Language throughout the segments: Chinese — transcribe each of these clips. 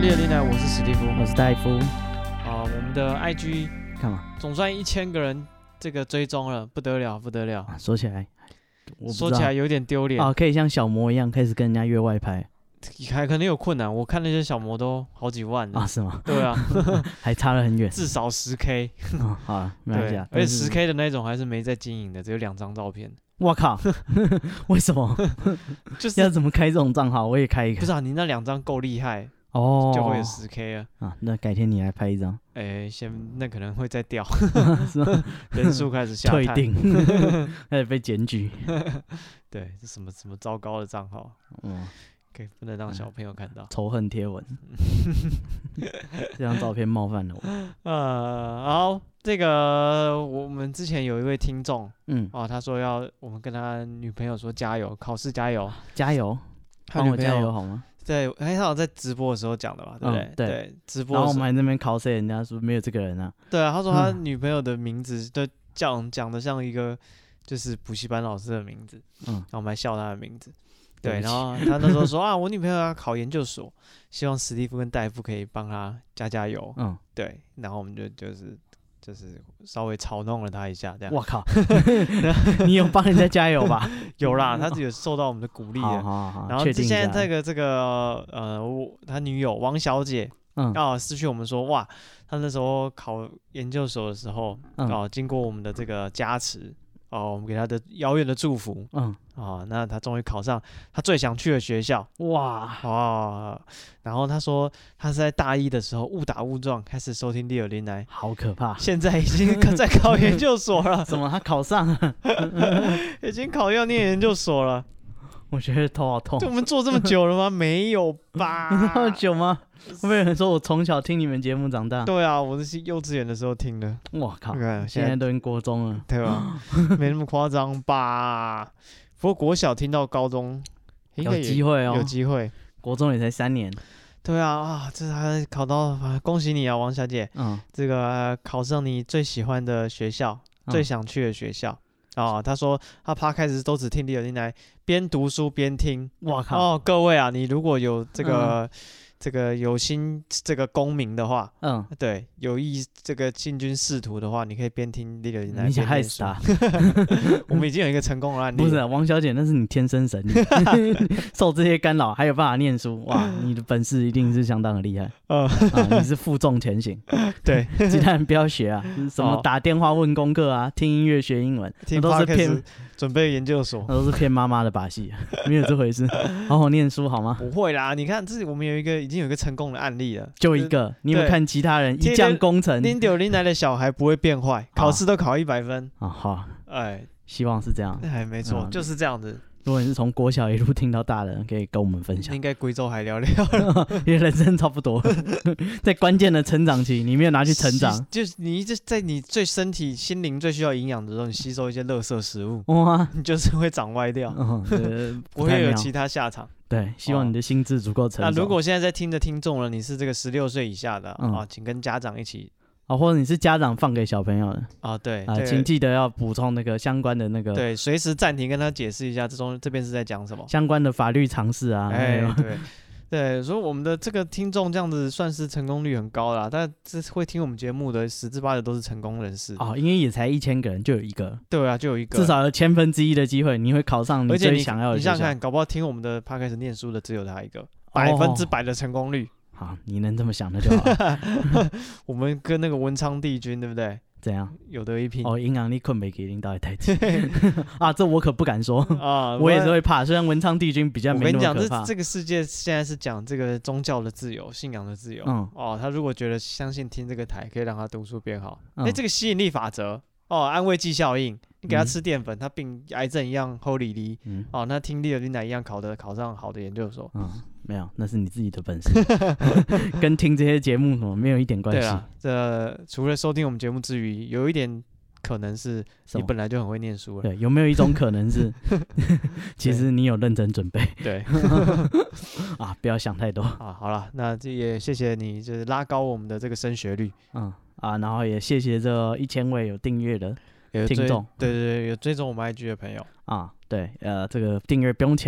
利的丽奈，我是史蒂夫， 我是戴夫。 我们的 IG 干嘛？ 总算1000个人这个追踪了，不得了，不得了。 说起来， 说起来有点丢脸可以像小魔一样开始跟人家约外拍， 还可能有困难。我看那些小模都好几万了是吗？ 对啊， 还差了很远， 至少10K。 好了，没关系啊。 而且10K 的那种还是没在经营的，只有2张照片。 我靠，为什么？ 就是要怎么开这种账号？我也开一个。 不是啊，你那2张够厉害就会有10K 了啊。那改天你来拍一张。 那可能会再掉，人数开始下探， 退订，开始被检举。 对，这什么糟糕的账号？不能让小朋友看到。 仇恨贴文，这张照片冒犯了我。 好，这个我们之前有一位听众，他说我们跟他女朋友说加油，考试加油， 加油，帮我加油好吗？ 对，他好像在直播的时候讲的吧，对不对？对，直播的时候。 然后我们还在那边考试，人家说没有这个人啊。 对啊，他说他女朋友的名字都讲的像一个就是补习班老师的名字，然后我们还笑他的名字。对，然后他那时候说我女朋友要考研究所，希望史蒂夫跟戴夫可以帮他加油。对，然后我们就是稍微嘲弄了他一下，这样。 我靠，你有帮人家加油吧？ 有啦，他有受到我们的鼓励的。然后现在这个他女友王小姐私讯我们说，哇，他那时候考研究所的时候，经过我们的这个加持。我们给他的遥远的祝福。那他终于考上他最想去的学校。哇！然后他说他是在大一的时候误打误撞开始收听利尔林来， 好可怕！ 现在已经在考研究所了。 怎么他考上了？ 已经考要念研究所了。 我觉得头好痛。 我们做这么久了吗？没有吧？ 那么久吗？会不会有人说我从小听你们节目长大？ 对啊，我是幼稚园的时候听的。 我靠，现在都已经国中了， 对吧？没那么夸张吧？不过国小听到高中， 有机会哦， 有机会。 国中也才3年。 对啊，这是还考到，恭喜你啊，王小姐。这个考上你最喜欢的学校，最想去的学校。他说他Podcast都只听利尔林来，边读书边听。哇靠！各位啊，你如果有这个有心这个公民的话，对，有意这个进军仕途的话，你可以边听利尔林来。 你想害死他？ 我们已经有一个成功的案例。 不是王小姐，那是你天生神力，受这些干扰还有办法念书，哇，你的本事一定是相当的厉害。你是负重前行。 对， 其他人不要学啊，什么打电话问功课啊，听音乐学英文， 那都是骗准备研究所， 那都是骗妈妈的把戏，没有这回事。好好念书好吗？ 不会啦，你看，我们已经有一个成功的案例了， 就一个。你有没有看其他人一将功成？ 林柳林来的小孩不会变坏，考试都考100分。 好，希望是这样。 没错，就是这样子。 如果你是从国小一路听到大的，可以跟我们分享。 应该贵州还聊聊了， 因为人生差不多，在关键的成长期，你没有拿去成长， 就是你在你最身体心灵最需要营养的时候，你吸收一些垃圾食物，你就是会长歪掉，不会有其他下场。 对，希望你的心智足够成熟。 那如果现在在听的听众了，你是这个16岁以下的请跟家长一起。 或者你是家长放给小朋友的对请记得要补充那个相关的那个， 对，随时暂停跟他解释一下这边是在讲什么相关的法律常识啊。 对，所以我们的这个听众这样子算是成功率很高啦，但这会听我们节目的10之8的都是成功人士因为也才1000个人就有一个， 对啊，就有一个， 至少有1/1000的机会你会考上你最想要的学校。 你想想看，搞不好听我们的 Podcast 念书的只有他一个，100%的成功率。 好，你能这么想的就好。 我们跟那个文昌帝君，对不对？ 怎样？ 有得一拼。 银行你困没给领导也太急这我可不敢说我也是会怕。虽然文昌帝君比较没那么可怕。我跟你讲， 这个世界现在是讲这个宗教的自由、信仰的自由。他如果觉得相信听这个台可以让他读书变好，这个吸引力法则安慰剂效应，你给他吃淀粉，他病癌症一样齁哩哩。那听利尔林奶一样考上好的研究所。 没有，那是你自己的本事，跟听这些节目什么没有一点关系。 对啊，除了收听我们节目之余，有一点可能是你本来就很会念书了。 对，有没有一种可能是，其实你有认真准备？ 对， 不要想太多。 好了，那这也谢谢你，就是拉高我们的这个升学率。 然后也谢谢这1000位有订阅的听众， 对，有追踪我们 IG 的朋友对，这个订阅不用钱的，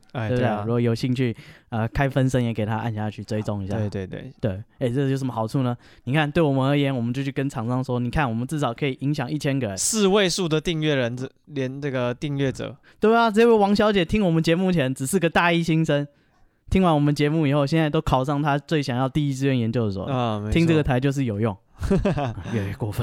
对不对？如果有兴趣，开分身也给他按下去追踪一下。 对， 这有什么好处呢？你看，对我们而言，我们就去跟厂商说，你看，我们至少可以影响1000个人 ，4位数的订阅人，连这个订阅者， 对啊，这位王小姐听我们节目前只是个大一新生。听完我们节目以后，现在都考上他最想要第一志愿研究所听这个台就是有用，越来越过分。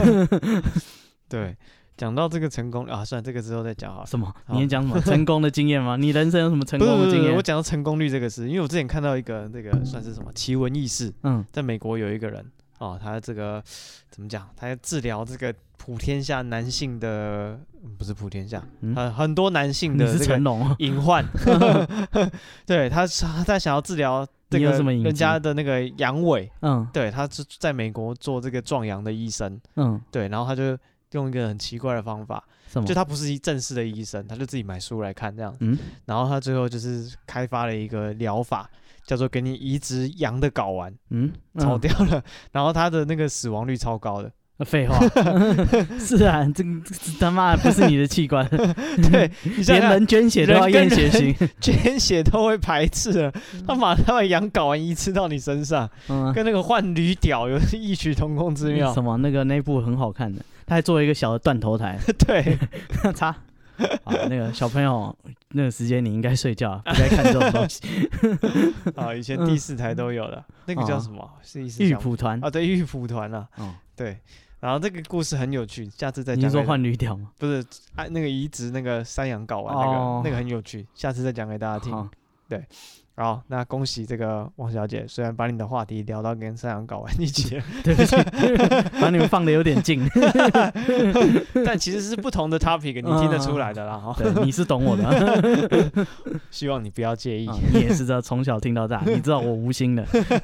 对，讲到这个成功啊，算了，这个之后再讲好了。 什么？你在讲什么成功的经验吗？你人生有什么成功的经验？ 我讲到成功率这个事，因为我之前看到一个这个算是什么奇闻异事，在美国有一个人他这个怎么讲？他治疗这个普天下男性的，不是普天下，很多男性的这个隐患。对，他想要治疗这个人家的那个阳痿。对，他是在美国做这个壮阳的医生。对，然后他就用一个很奇怪的方法，就他不是正式的医生，他就自己买书来看这样。然后他最后就是开发了一个疗法。叫做给你移植羊的睾丸，炒掉了，然后他的那个死亡率超高的。 废话，是啊，这他妈的不是你的器官， 对， 连人捐血都要验血型， 捐血都会排斥了，他把羊睾丸移植到你身上，跟那个换驴屌有异曲同工之妙。 什么？那部很好看的，他还做了一个小的断头台， 对， 擦。好，那个小朋友，那个时间你应该睡觉，不该看这种东西。 以前第4台都有的，那个叫什么？是玉蒲团啊，对，玉蒲团啊。对。然后这个故事很有趣，下次再讲。 你说换驴屌吗？ 不是，那个移植那个山羊睾丸那个很有趣，下次再讲给大家听。对。好，那恭喜这个王小姐，虽然把你的话题聊到跟山羊睾丸一起， 对不起，把你们放得有点近， 但其实是不同的 topic， 你听得出来的啦。 对，你是懂我的， 希望你不要介意。 你也是这从小听到大，你知道我无心的。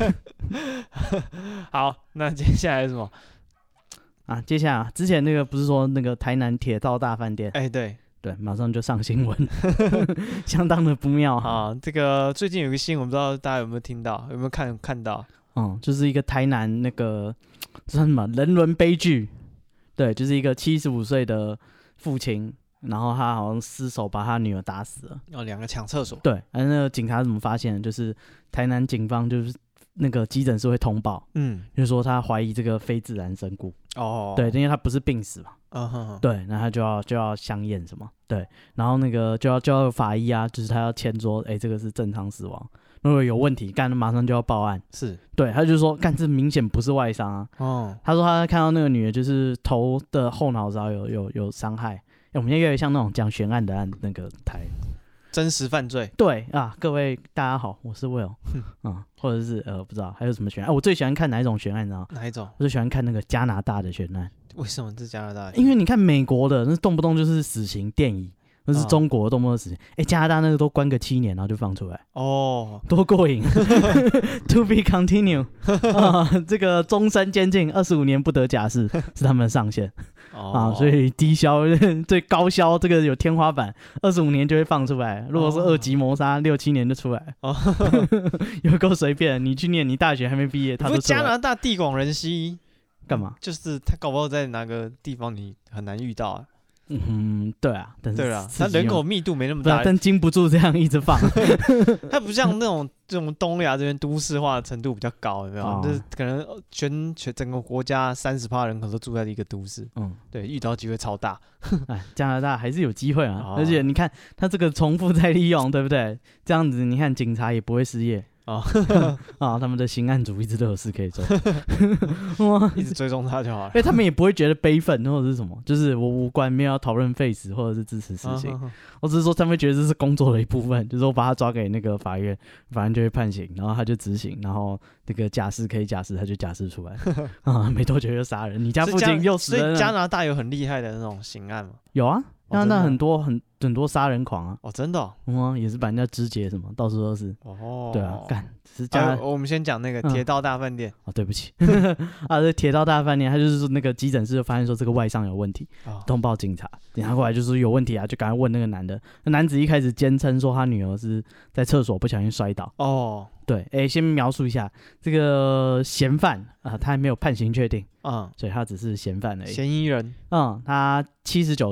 好，那接下来是什么？ 接下来之前那个不是说那个台南铁道大饭店？对，马上就上新闻，相当的不妙啊！这个最近有个新闻，不知道大家有没有听到，有没有看到？ 就是一个台南那个这算什么人伦悲剧？对，就是一个75岁的父亲，然后他好像失手把他女儿打死了。 2个抢厕所。 对，那个警察怎么发现的？就是台南警方就是那个急诊室会通报，就是说他怀疑这个非自然身故。对，因为他不是病死嘛。对，那他就要相验什么？对，然后那个就要法医啊，就是他要签说，这个是正常死亡，如果有问题，干马上就要报案。 是， 对，他就说，干这明显不是外伤啊。他说他看到那个女的，就是头的后脑勺有伤害。我们现在越来越像那种讲悬案的那个台。 真实犯罪。 对啊，各位大家好，我是 Will，或者是不知道还有什么悬案，我最喜欢看哪一种悬案，你知道吗？ 哪一种？ 我最喜欢看那个加拿大的悬案。 为什么是加拿大？ 因为你看美国的那动不动就是死刑电影，那是中国的动不动死刑。加拿大那个都关个7年，然后就放出来。多过瘾。To be continue 这个终身监禁，25年不得假释是他们的上限。所以低消最高消这个有天花板，25年就会放出来。如果是2级谋杀，6、7年就出来。有够随便，你去念，你大学还没毕业，他都出来。 加拿大地广人稀。 干嘛？ 就是他搞不好在哪个地方你很难遇到啊。 对啊，但是对啊，他人口密度没那么大， 但经不住这样一直放。 它不像那种这种东亚这边都市化的程度比较高，有没有？就是可能全整个国家30%人口都住在一个都市，对，遇到机会超大。 加拿大还是有机会啊，而且你看他这个重复再利用，对不对？这样子你看警察也不会失业。他们的刑案组一直都有事可以做， 一直追踪他就好了。 因为他们也不会觉得悲愤或者是什么，就是我无关，没有要讨论废死或者是支持死刑，我只是说他们会觉得这是工作的一部分，就是我把他抓给那个法院，法院就会判刑，然后他就执行，然后那个假释可以假释，他就假释出来，没多久就杀人。你家附近又死人了。 所以加拿大有很厉害的那种刑案吗？ 有啊。加拿大很多杀人狂啊！ 真的也是把人家肢解什么，到处都是。对啊，干是我们先讲那个铁道大饭店。 对不起，这铁道大饭店，他就是说那个急诊室就发现说这个外伤有问题，通报警察，警察过来就说有问题啊，就赶快问那个男的。那男子一开始坚称说他女儿是在厕所不小心摔倒。对，先描述一下这个嫌犯他还没有判刑确定，所以他只是嫌犯而已。 嫌疑人， 他79岁。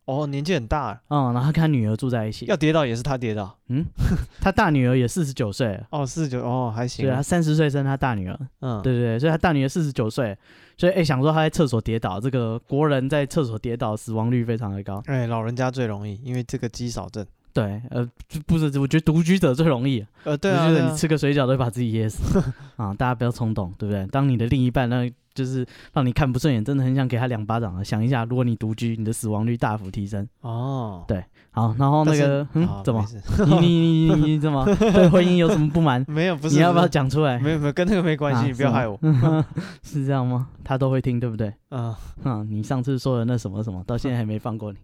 年纪很大。 然后他跟他女儿住在一起。 要跌倒也是他跌倒。 他大女儿也49岁了。 49，还行。 对，他30岁生他大女儿。对，所以他大女儿49岁，所以想说他在厕所跌倒，这个国人在厕所跌倒死亡率非常的高。 老人家最容易，因为这个肌少症。 对，不是，我觉得独居者最容易。 对啊， 我觉得你吃个水饺都会把自己噎死啊！大家不要冲动，对不对？当你的另一半就是让你看不顺眼，真的很想给他2巴掌。想一下，如果你独居，你的死亡率大幅提升。对，好，然后那个怎么？你怎么对婚姻有什么不满？ 没有，不是， 你要不要讲出来？ 没有，跟那个没关系，你不要害我。 是这样吗？他都会听，对不对？你上次说的那什么什么，到现在还没放过你。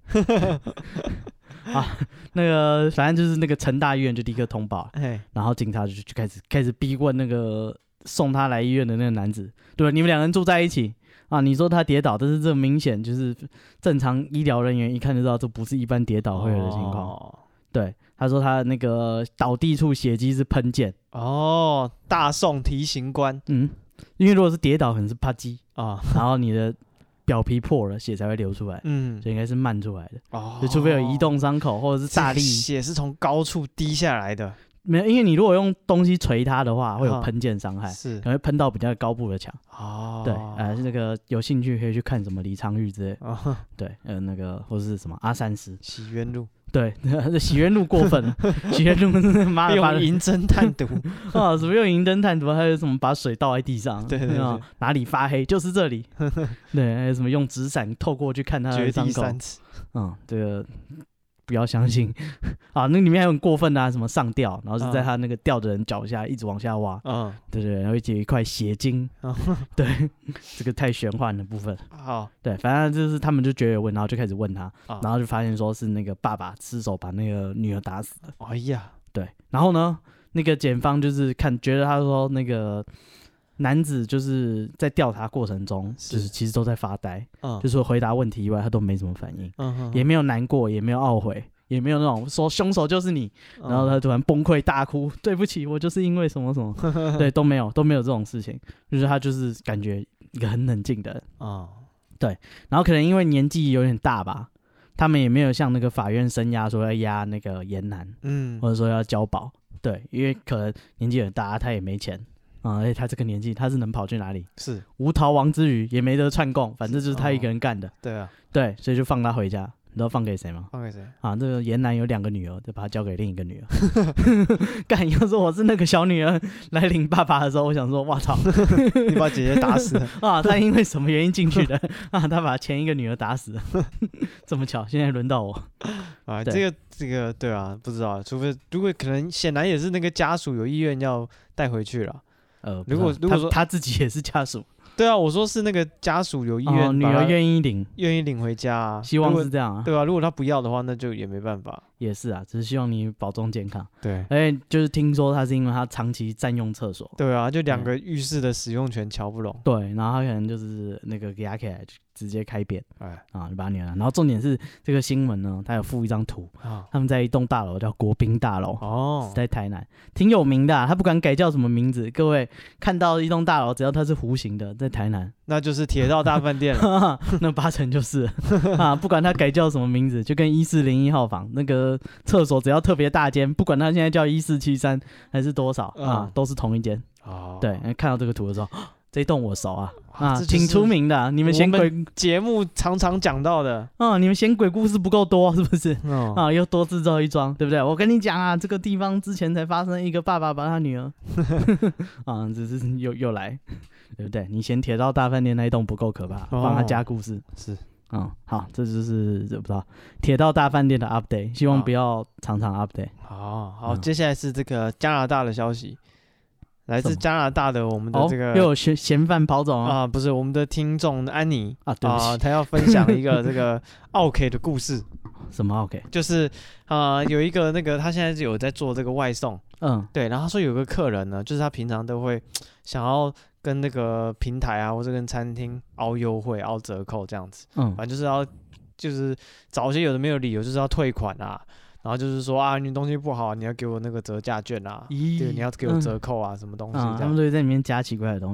那个反正就是那个成大医院就立刻通报，然后警察就开始逼问那个送他来医院的那个男子，对吧？你们2人住在一起啊？你说他跌倒，但是这明显就是正常医疗人员一看就知道这不是一般跌倒会有的情况。对，他说他那个倒地处血迹是喷溅。 大宋提刑官。 因为如果是跌倒，可能是啪叽然后你的表皮破了，血才会流出来，所以应该是漫出来的，就除非有移动伤口或者是大力， 血是从高处滴下来的， 没有，因为你如果用东西捶它的话，会有喷溅伤害， 是可能会喷到比较高部的墙。对，那个有兴趣可以去看什么李昌钰之类，对，那个或是什么阿三师洗冤录。 对，洗冤录过分了，洗冤录妈的用银针探毒什么用银针探毒，还有什么把水倒在地上， 对， 哪里发黑就是这里，对，还有什么用纸伞透过去看他的伤口， 掘地3尺， 这个不要相信那里面还有很过分的什么上吊，然后是在他那个吊的人脚下一直往下挖，对，然后有一块血晶，对，这个太玄幻的部分。对，反正就是他们就觉得有问，然后就开始问他，然后就发现说是那个爸爸失手把那个女儿打死了。对，然后呢，那个检方就是觉得他说那个男子就是在调查过程中，就是其实都在发呆，就是回答问题以外，他都没什么反应，也没有难过，也没有懊悔，也没有那种说凶手就是你，然后他突然崩溃大哭，对不起，我就是因为什么什么，对，都没有这种事情，就是他就是感觉一个很冷静的人对，然后可能因为年纪有点大吧，他们也没有像那个法院声押说要押那个严男，或者说要交保，对，因为可能年纪很大，他也没钱。而且他这个年纪，他是能跑去哪里？ 是无逃亡之余，也没得串供，反正就是他一个人干的。对，所以就放他回家。你知道放给谁吗？ 放给谁？ 这个严男有2个女儿，就把他交给另一个女儿。干，要是我是那个小女儿来领爸爸的时候，我想说，哇操， 你把姐姐打死了他因为什么原因进去的他把前一个女儿打死了。这么巧，现在轮到我这个对啊，不知道，除非如果可能，显然也是那个家属有意愿要带回去了。如果说他自己也是家属， 对啊，我说是那个家属有意愿， 女儿愿意领回家希望是这样对啊，如果他不要的话，那就也没办法。 也是只是希望你保重健康。 对， 而且就是听说他是因为他长期占用厕所。 对啊，就2个浴室的使用权瞧不拢。 对，然后他可能就是那个给他起来直接开扁，就把他扭了。然后重点是这个新闻呢，他有附一张图，他们在一栋大楼叫国宾大楼，是在台南，挺有名的他不管改叫什么名字，各位看到一栋大楼，只要它是弧形的，在台南， 那就是铁道大饭店了。 那8成就是不管他改叫什么名字，就跟1401号房那个厕所只要特别大间，不管他现在叫1473还是多少都是同一间。对，看到这个图的时候，这栋我熟挺出名的你们嫌鬼节目常常讲到的你们嫌鬼故事不够多是不是？又多制造一桩，对不对？我跟你讲这个地方之前才发生一个爸爸把他女儿只是又来，对不对？你嫌铁道大饭店那一栋不够可怕，帮他加故事是。 好，这就是不知道铁道大饭店的 update， 希望不要常常 update。 好，接下来是这个加拿大的消息，来自加拿大的我们的这个又有嫌犯跑走不是我们的听众安妮对不起他要分享一个这个奥 K 的故事。 什么 OK？ 就是有一个那个他现在有在做这个外送，对，然后他说有个客人呢，就是他平常都会想要跟那个平台或者跟餐厅凹优惠、凹折扣这样子，反正就是找一些有的没有理由，就是要退款然后就是说你东西不好，你要给我那个折价券对，你要给我折扣什么东西这样。 他们都会在里面加奇怪的东西。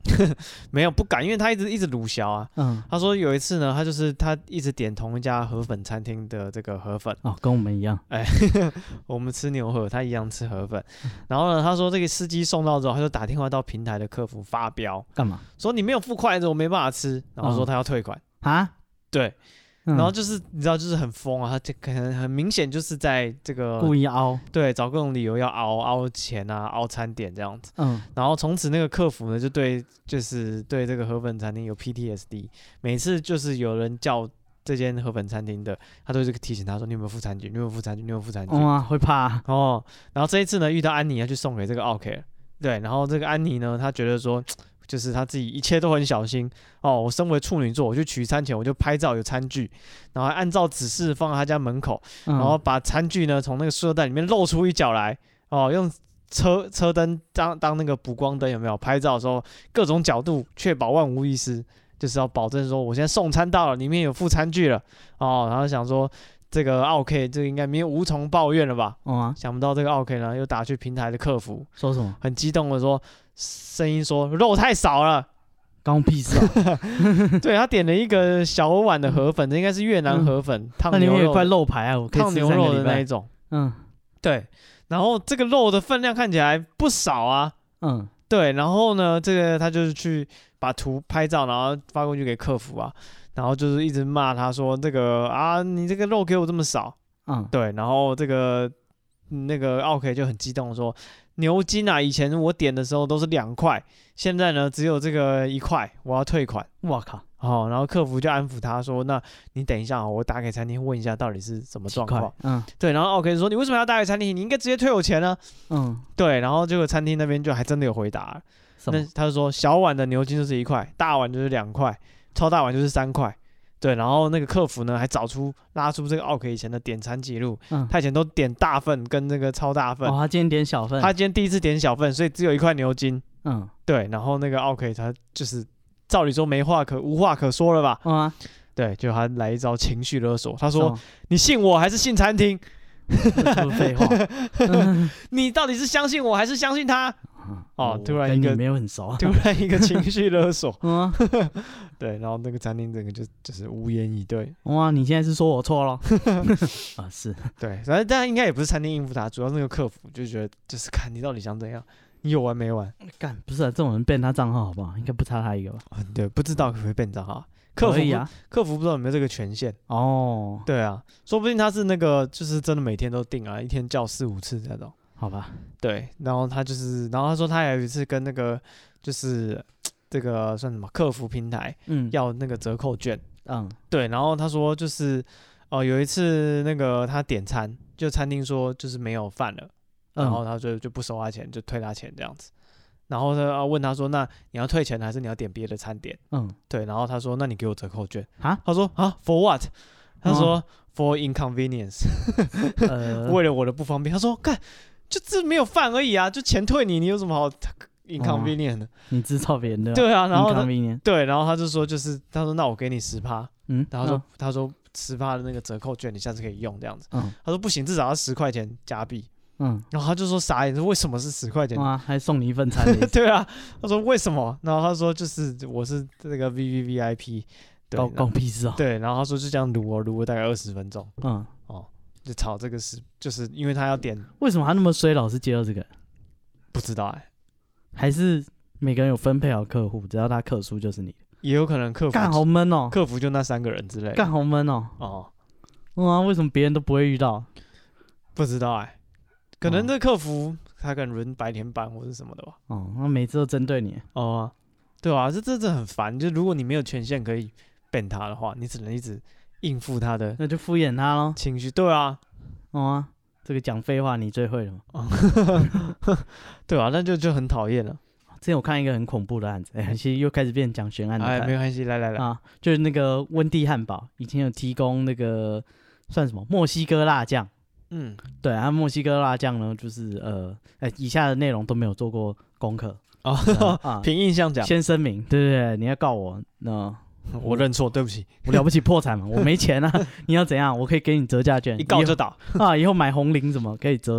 没有不敢，因为他一直鲁小啊。他说有一次呢，他一直点同一家河粉餐厅的这个河粉跟我们一样。 我们吃牛河，他一样吃河粉。然后呢，他说这个司机送到之后，他就打电话到平台的客服发飙， 干嘛？ 说你没有付筷子，我没办法吃。然后说他要退款啊？ 对。然后就是你知道，就是很疯啊，他这可能很明显就是在这个故意凹， 对，找各种理由要凹钱啊，凹餐点这样子。然后从此那个客服呢，就对这个河粉餐厅有 PTSD， 每次就是有人叫这间河粉餐厅的，他都是提醒他说你有没有付餐具，你有没有付餐具，你有没有付餐具。 会怕哦。然后这一次呢，遇到安妮要去送给这个奥 K， 对，然后这个安妮呢，她觉得说。就是他自己一切都很小心我身为处女座，我去取餐前我就拍照有餐具，然后按照指示放在他家门口，然后把餐具呢从那个塑料袋里面露出一角来用车灯当那个补光灯，有没有？拍照的时候各种角度确保万无一失，就是要保证说我现在送餐到了，里面有附餐具了然后想说这个奥 K 这个应该没有无从抱怨了吧？想不到这个奥 K 呢又打去平台的客服， 说什么？ 很激动的说。声音说肉太少了， 关我屁事啊！ 对，他点了一个小碗的河粉，这应该是越南河粉，烫牛肉， 那里面有块肉排啊，我可以吃烫牛肉的那一种。对，然后这个肉的分量看起来不少啊。对，然后呢，这个他就是去把图拍照，然后发过去给客服啊，然后就是一直骂他说这个你这个肉给我这么少。对，然后这个那个奥 K 就很激动说。牛筋以前我点的时候都是2块，现在呢只有这个1块，我要退款。 哇靠！ 然后客服就安抚他说：“那你等一下我打给餐厅问一下到底是什么状况。”对，然后 OK 说：“你为什么要打给餐厅？你应该直接退我钱呢。”对，然后结果餐厅那边就还真的有回答，那他就说小碗的牛筋就是1块，大碗就是2块，超大碗就是3块。对，然后那个客服呢还拉出这个奥 K 以前的点餐记录，他以前都点大份跟那个超大份， 他今天点小份， 他今天第一次点小份，所以只有1块牛筋，对，然后那个奥 K 他就是照理说无话可说了吧，对，就他来一招情绪勒索，他说你信我还是信餐厅？ 废话， 你到底是相信我还是相信他？突然一个没有很熟， 突然一个情绪勒索，对，然后那个餐厅整个就是无言以对。 哇，你现在是说我错了？是， 对，反正但应该也不是餐厅应付他，主要是那个客服就觉得就是看你到底想怎样，你有完没完？ 干，不是这种人ban他账号好不好？应该不差他一个吧？ 对，不知道可不可以ban账号。客服不知道有没有这个权限对啊，说不定他是那个就是真的每天都订一天叫4-5次那种。 好吧， 对，然后他说他有一次跟那个就是这个算什么客服平台，要那个折扣券，对，然后他说就是有一次那个他点餐，就餐厅说就是没有饭了，然后他就不收他钱，就退他钱这样子，然后他问他说那你要退钱还是你要点别的餐点？对，然后他说那你给我折扣券他说for what？他说for inconvenience，为了我的不方便。他说干。就这没有饭而已啊，就钱退你有什么好 inconvenient 的？ 你制造别人的。 对啊，然后对，然后他就说他说那我给你10%，然后他说10%的那个折扣券你下次可以用这样子。他说不行，至少要10块钱加币。然后他就说傻眼，说为什么是10块钱？ 还送你一份餐。 对啊，他说为什么？然后他说就是我是这个 VVVIP， 搞屁事对，然后他说就这样撸了大概20分钟。就吵这个事，就是因为他要点。 为什么他那么衰，老是接到这个？ 不知道还是每个人有分配好客户，只要他客诉就是你。 也有可能客服干好闷哦， 客服就那3个人之类的。 干好闷哦。为什么别人都不会遇到？ 不知道可能这客服他可能轮白天班或是什么的吧。 那每次都针对你。 对啊，这很烦。就如果你没有权限可以ban他的话，你只能一直。应付他的， 那就敷衍他咯。 情绪。对啊， 这个讲废话你最会了嘛。 对啊，那就很讨厌了。 之前我看一个很恐怖的案子，其实又开始变讲悬案的。 没关系，来就是那个温蒂汉堡以前有提供那个算什么墨西哥辣酱。对啊，墨西哥辣酱呢，就是以下的内容都没有做过功课凭印象讲， 先声明，对，你要告我我认错，对不起， 我了不起破产嘛，我没钱啊，你要怎样？我可以给你折价券， 一告就倒以后买红菱什么可以折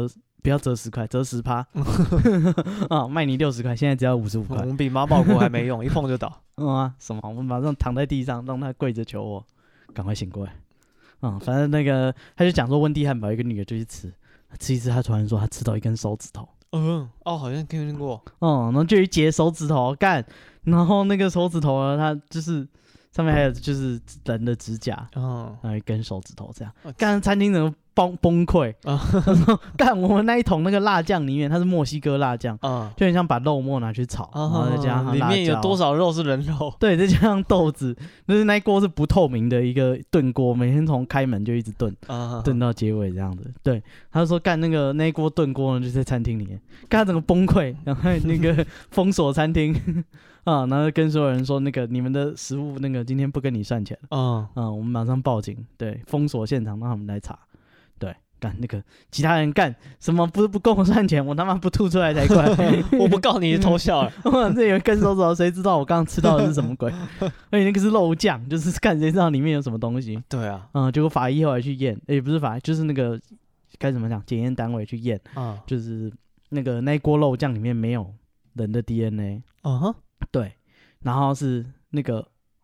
不要折10块，折10%啊，卖你60块，现在只要55块。 我们比马保国还没用，一碰就倒。 什么？我们马上躺在地上，让他跪着求我，赶快醒过来。反正那个他就讲说温蒂汉堡一个女的就去吃一吃，他突然说他吃到一根手指头。 好像听过。 然后就一截手指头干，然后那个手指头呢，它就是上面还有就是人的指甲，然后一根手指头这样。干，餐厅整个崩溃。干，我们那一桶那个辣酱里面，它是墨西哥辣酱，就很像把肉末拿去炒，然后再加上里面有多少肉是人肉？ 对，再加上豆子，就是那一锅是不透明的一个炖锅，每天从开门就一直炖，炖到结尾这样子。对，他就说干那一锅炖锅呢，就在餐厅里面，干他整个崩溃，然后那个封锁餐厅。然后跟所有人说，那个你们的食物那个今天不跟你算钱。我们马上报警，对，封锁现场让他们来查。对，干那个其他人干什么不跟我算钱，我他妈不吐出来才怪。 我不告你偷笑了。 这有一根手指头，谁知道我刚刚吃到的是什么鬼？而且那个是肉酱，就是看谁知道里面有什么东西。 对啊， 结果法医后来去验，不是法医，就是那个该怎么讲，检验单位去验，就是那一锅肉酱里面没有人的 DNA。对，然后是那个，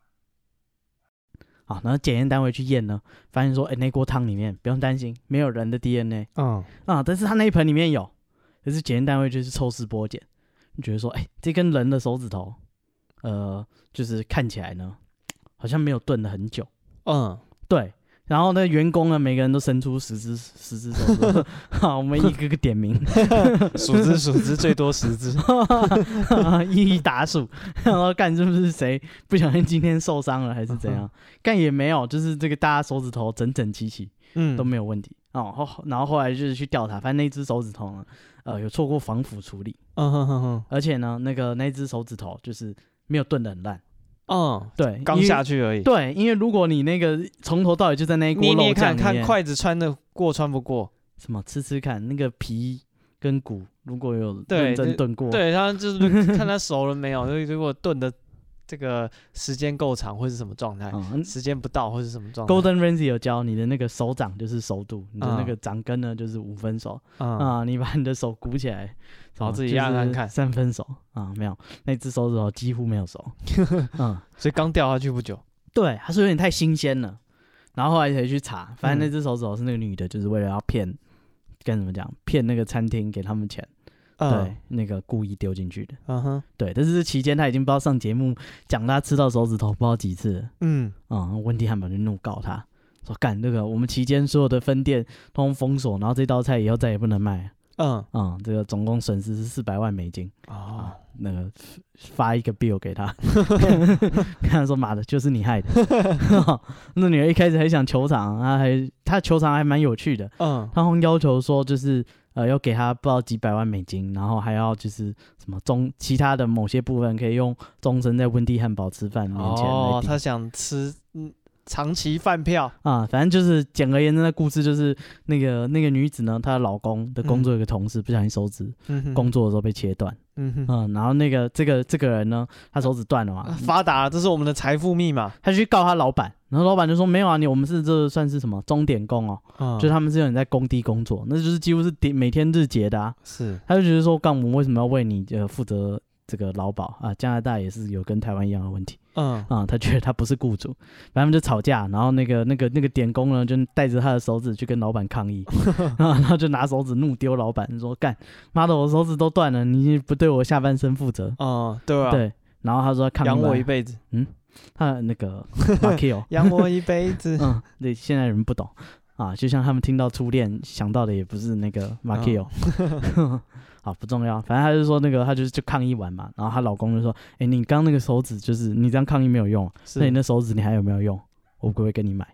然后检验单位去验呢，发现说，那锅汤里面不用担心，没有人的 DNA。但是他那一盆里面有，可是检验单位就是抽丝剥茧，觉得说，这根人的手指头，就是看起来呢，好像没有炖了很久。对。然后呢，员工呢，每个人都伸出10只手指，好，我们一个个点名， 数只，最多10只， 一一打数，然后干是不是谁不小心今天受伤了还是怎样？干也没有，就是这个大家手指头整整齐齐，都没有问题。然后后来就是去调查，发现那只手指头呢，有做过防腐处理，而且呢，那只手指头就是没有炖得很烂。对， 刚下去而已。 对，因为如果你那个从头到尾就在那一锅肉酱里面， 看筷子穿得过穿不过， 什么吃看那个皮跟骨，如果有认真炖过， 对，他就是看他熟了没有，如果炖的这个时间够长会是什么状态，时间不到会是什么状态。 Gordon Ramsay 有教你的那个手掌就是熟度，你的那个掌根呢就是5分熟，你把你的手鼓起来。 然后自己按按看 ，3分熟没有，那只手指头几乎没有熟， 所以刚掉下去不久。 对，他说有点太新鲜了，然后后来才去查，发现那只手指头是那个女的，就是为了要骗那个餐厅给他们钱，对，那个故意丢进去的，对，但是这期间他已经不知道上节目讲他吃到手指头不知道几次了，温蒂汉堡就怒告他说干我们期间所有的分店都封锁，然后这道菜以后再也不能卖。这个总共损失是$400万。那个发一个 bill 给他，跟他说妈的，就是你害的。那女儿一开始还想求偿，他求偿还蛮有趣的。他好像要求说就是要给他不知道几百万美金，然后还要就是什么其他的某些部分可以用终身在温蒂汉堡吃饭面前来抵。 他想吃。长期饭票反正就是简而言之，那故事就是那个女子呢，她的老公的工作有个同事不小心手指工作的时候被切断，然后这个人呢，他手指断了嘛， 发达了，这是我们的财富密码， 他去告他老板，然后老板就说没有啊，我们是这算是什么钟点工就是他们是有人在工地工作，那就是几乎是每天日结的是， 他就觉得说干我们为什么要为你负责这个劳保加拿大也是有跟台湾一样的问题。他觉得他不是雇主，反正他们就吵架，然后那个点工呢就带着他的手指去跟老板抗议，然后就拿手指怒丢老板，说干妈的我手指都断了，你不对我下半身负责。 对啊， 对，然后他说抗议养我一辈子， 他那个马 Q 养我一辈子， 对，现在人不懂就像他们听到初恋想到的也不是那个马 Q。好，不重要，反正他就说他就抗议完嘛，然后她老公就说，你刚那个手指就是你这样抗议没有用，那你那手指你还有没有用？我不会跟你买。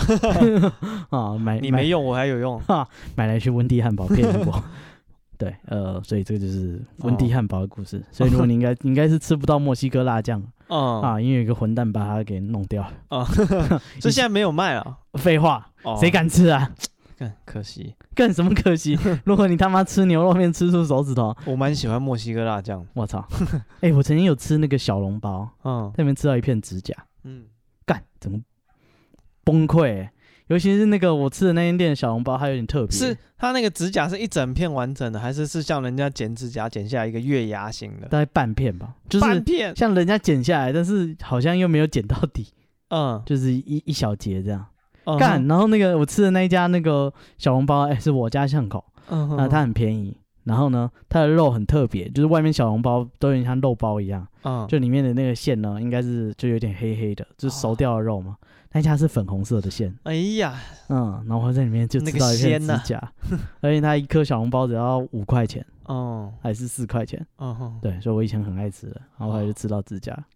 你没用，我还有用。 买来去温蒂汉堡骗我。对，所以这个就是温蒂汉堡的故事。所以如果你应该是吃不到墨西哥辣酱，因为有一个混蛋把它给弄掉了。 所以现在没有卖了。 废话，谁敢吃啊？ 可惜， 干什么可惜？如果你他妈吃牛肉面吃出手指头， 我蛮喜欢墨西哥辣酱。 我操！我曾经有吃那个小笼包，在那边吃到一片指甲，干，整个崩溃。 尤其是那个我吃的那间店的小笼包，它有点特别。 是它那个指甲是一整片完整的，还是像人家剪指甲剪下来一个月牙形的？ 大概半片吧，就是半片， 像人家剪下来，但是好像又没有剪到底，就是一小节这样。干，然后那个我吃的那一家那个小笼包，是我家巷口，那它很便宜。然后呢，它的肉很特别，就是外面小笼包都有点像肉包一样，就里面的那个馅呢，应该是就有点黑黑的，就是熟掉的肉嘛。那家是粉红色的馅， 哎呀， 然后我在里面就吃到一片指甲，而且它一颗小笼包只要5块钱，还是4块钱，对，所以我以前很爱吃的，然后后来就吃到指甲。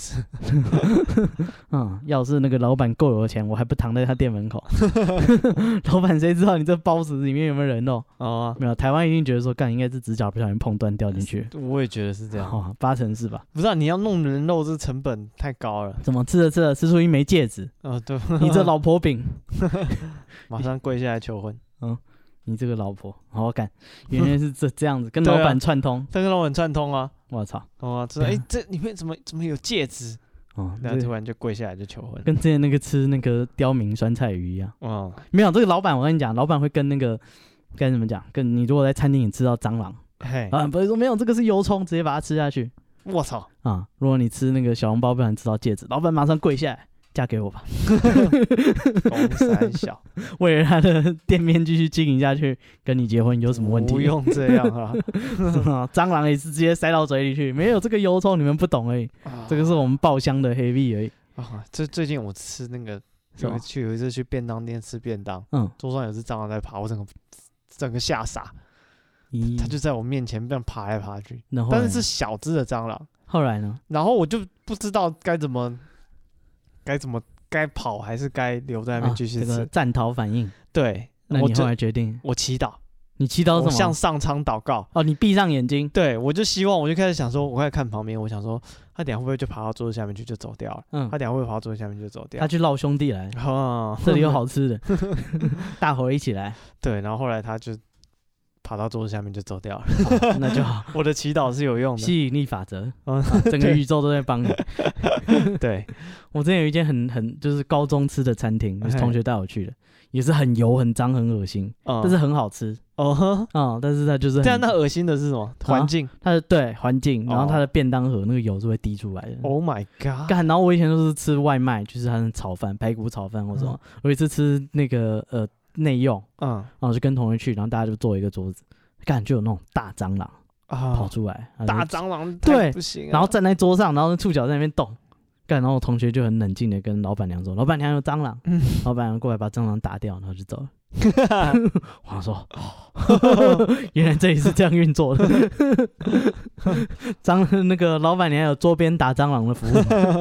要是那个老板够有钱，我还不躺在他店门口。老板谁知道你这包子里面有没有人肉？没有，台湾一定觉得说，干应该是指甲不小心碰断掉进去。 我也觉得是这样 ，8成是吧？ 不知道你要弄人肉，这成本太高了。 怎么吃着吃出一枚戒指？ 对， 你这老婆饼， 马上跪下来求婚。 你这个老婆，好干，原来是这样子，跟老板串通， 跟老板串通啊！ 我操！ 这里面怎么有戒指？然后突然就跪下来就求婚， 跟之前那个吃那个刁民酸菜鱼一样。没有这个老板，我跟你讲，老板会跟那个该怎么讲？跟你如果在餐厅里吃到蟑螂，不是说没有，这个是油葱，直接把它吃下去。 我操！ 如果你吃那个小笼包不小心吃到戒指，老板马上跪下来。嫁给我吧， 公三小， 为了他的店面继续经营下去，跟你结婚有什么问题？ 不用这样啊！ 蟑螂也是直接塞到嘴里去，没有这个油葱你们不懂而已，这个是我们爆香的黑味而已。 这最近我吃那个有一次去便当店吃便当，桌上有只蟑螂在爬，我整个吓傻，它就在我面前这样爬来爬去，但是是小只的蟑螂。 后来呢？ 然后我就不知道该跑还是该留在那边继续吃？ 这个战逃反应。 对， 那你后来决定？ 我祈祷。 你祈祷什么？ 我向上苍祷告。 你闭上眼睛。 对，我就开始想说，我开始看旁边，我想说，他等一下会不会就爬到桌子下面去就走掉了？他等一下会不会爬到桌子下面就走掉？ 他去捞兄弟来。这里有好吃的，大伙一起来。 对，然后后来他就爬到桌子下面就走掉了。 那就好。 我的祈祷是有用的， 吸引力法则，整个宇宙都在帮你。 对， 我之前有一间很就是高中吃的餐厅，是同学带我去的，也是很油、很脏、很恶心，但是很好吃。但是它就是这样，那恶心的是什么？环境， 它的对环境，然后它的便当盒那个油是会滴出来的。 Oh my god！ 然后我以前都是吃外卖，就是它的炒饭、排骨炒饭或什么。我有一次吃那个内用，然后就跟同学去，然后大家就坐一个桌子，就有那种大蟑螂跑出来， 大蟑螂对不行， 然后站在桌上，然后触角在那边动，然后我同学就很冷静的跟老板娘说：“老板娘有蟑螂。”老板娘过来把蟑螂打掉，然后就走了。我说：“原来这里是这样运作的。”那个老板娘有桌边打蟑螂的服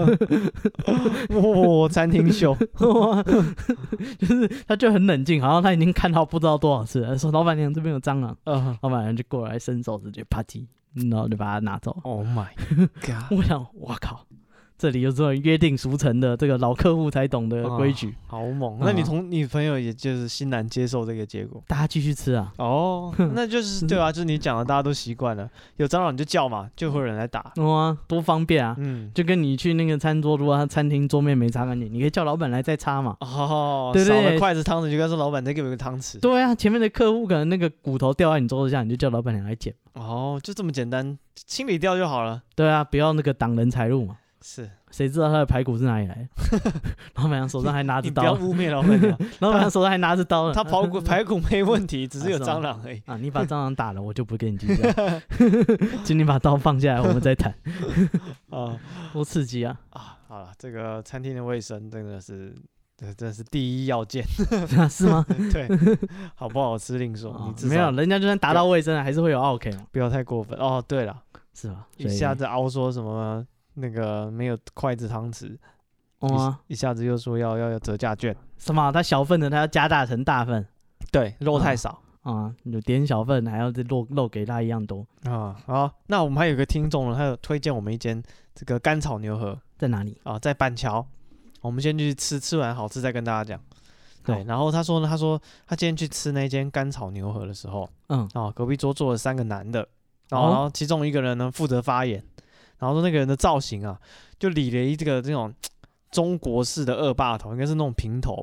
务。餐厅秀， 就是他就很冷静，好像他已经看到不知道多少次了，说老板娘这边有蟑螂，老板娘就过来伸手直接啪叽，然后就把它拿走。 Oh my god！ 我想，我靠。这里有这种约定俗成的这个老客户才懂的规矩， 好猛！那你朋友也就是欣然接受这个结果， 大家继续吃啊？ 那就是对啊，就是你讲的，大家都习惯了，有蟑螂你就叫嘛，就会有人来打。 多方便啊！就跟你去那个餐桌，如果他餐厅桌面没擦干净，你可以叫老板来再擦嘛。 对，少了筷子汤匙，就跟说老板再给我一个汤匙。 对啊，前面的客户可能那个骨头掉在你桌子下，你就叫老板娘来捡。 就这么简单，清理掉就好了。 对啊，不要那个挡人财路嘛。 是， 谁知道他的排骨是哪里来的？老板娘手上还拿着刀， 你不要污蔑老板娘。 老板娘手上还拿着刀呢。 他排骨没问题，只是有蟑螂而已。 你把蟑螂打了，我就不跟你计较。请你把刀放下来，我们再谈。多刺激啊！ 好了，这个餐厅的卫生真的是第一要件。 是吗？ 对，好不好吃另说。 没有，人家就算达到卫生，还是会有 OK 嘛。 不要太过分。对了， 是吧？ 一下子凹说什么？那个没有筷子汤匙，一下子又说要折价券， 什么？他小份的他要加大成大份， 对，肉太少有点小份还要肉给他一样多好，那我们还有个听众呢，他有推荐我们一间这个干炒牛河， 在哪里在板桥，我们先去吃完好吃再跟大家讲。对，然后他说他今天去吃那间干炒牛河的时候，隔壁桌坐了3个男的，然后其中一个人呢负责发言。然后说那个人的造型就理了这种中国式的2霸头，应该是那种平头吧，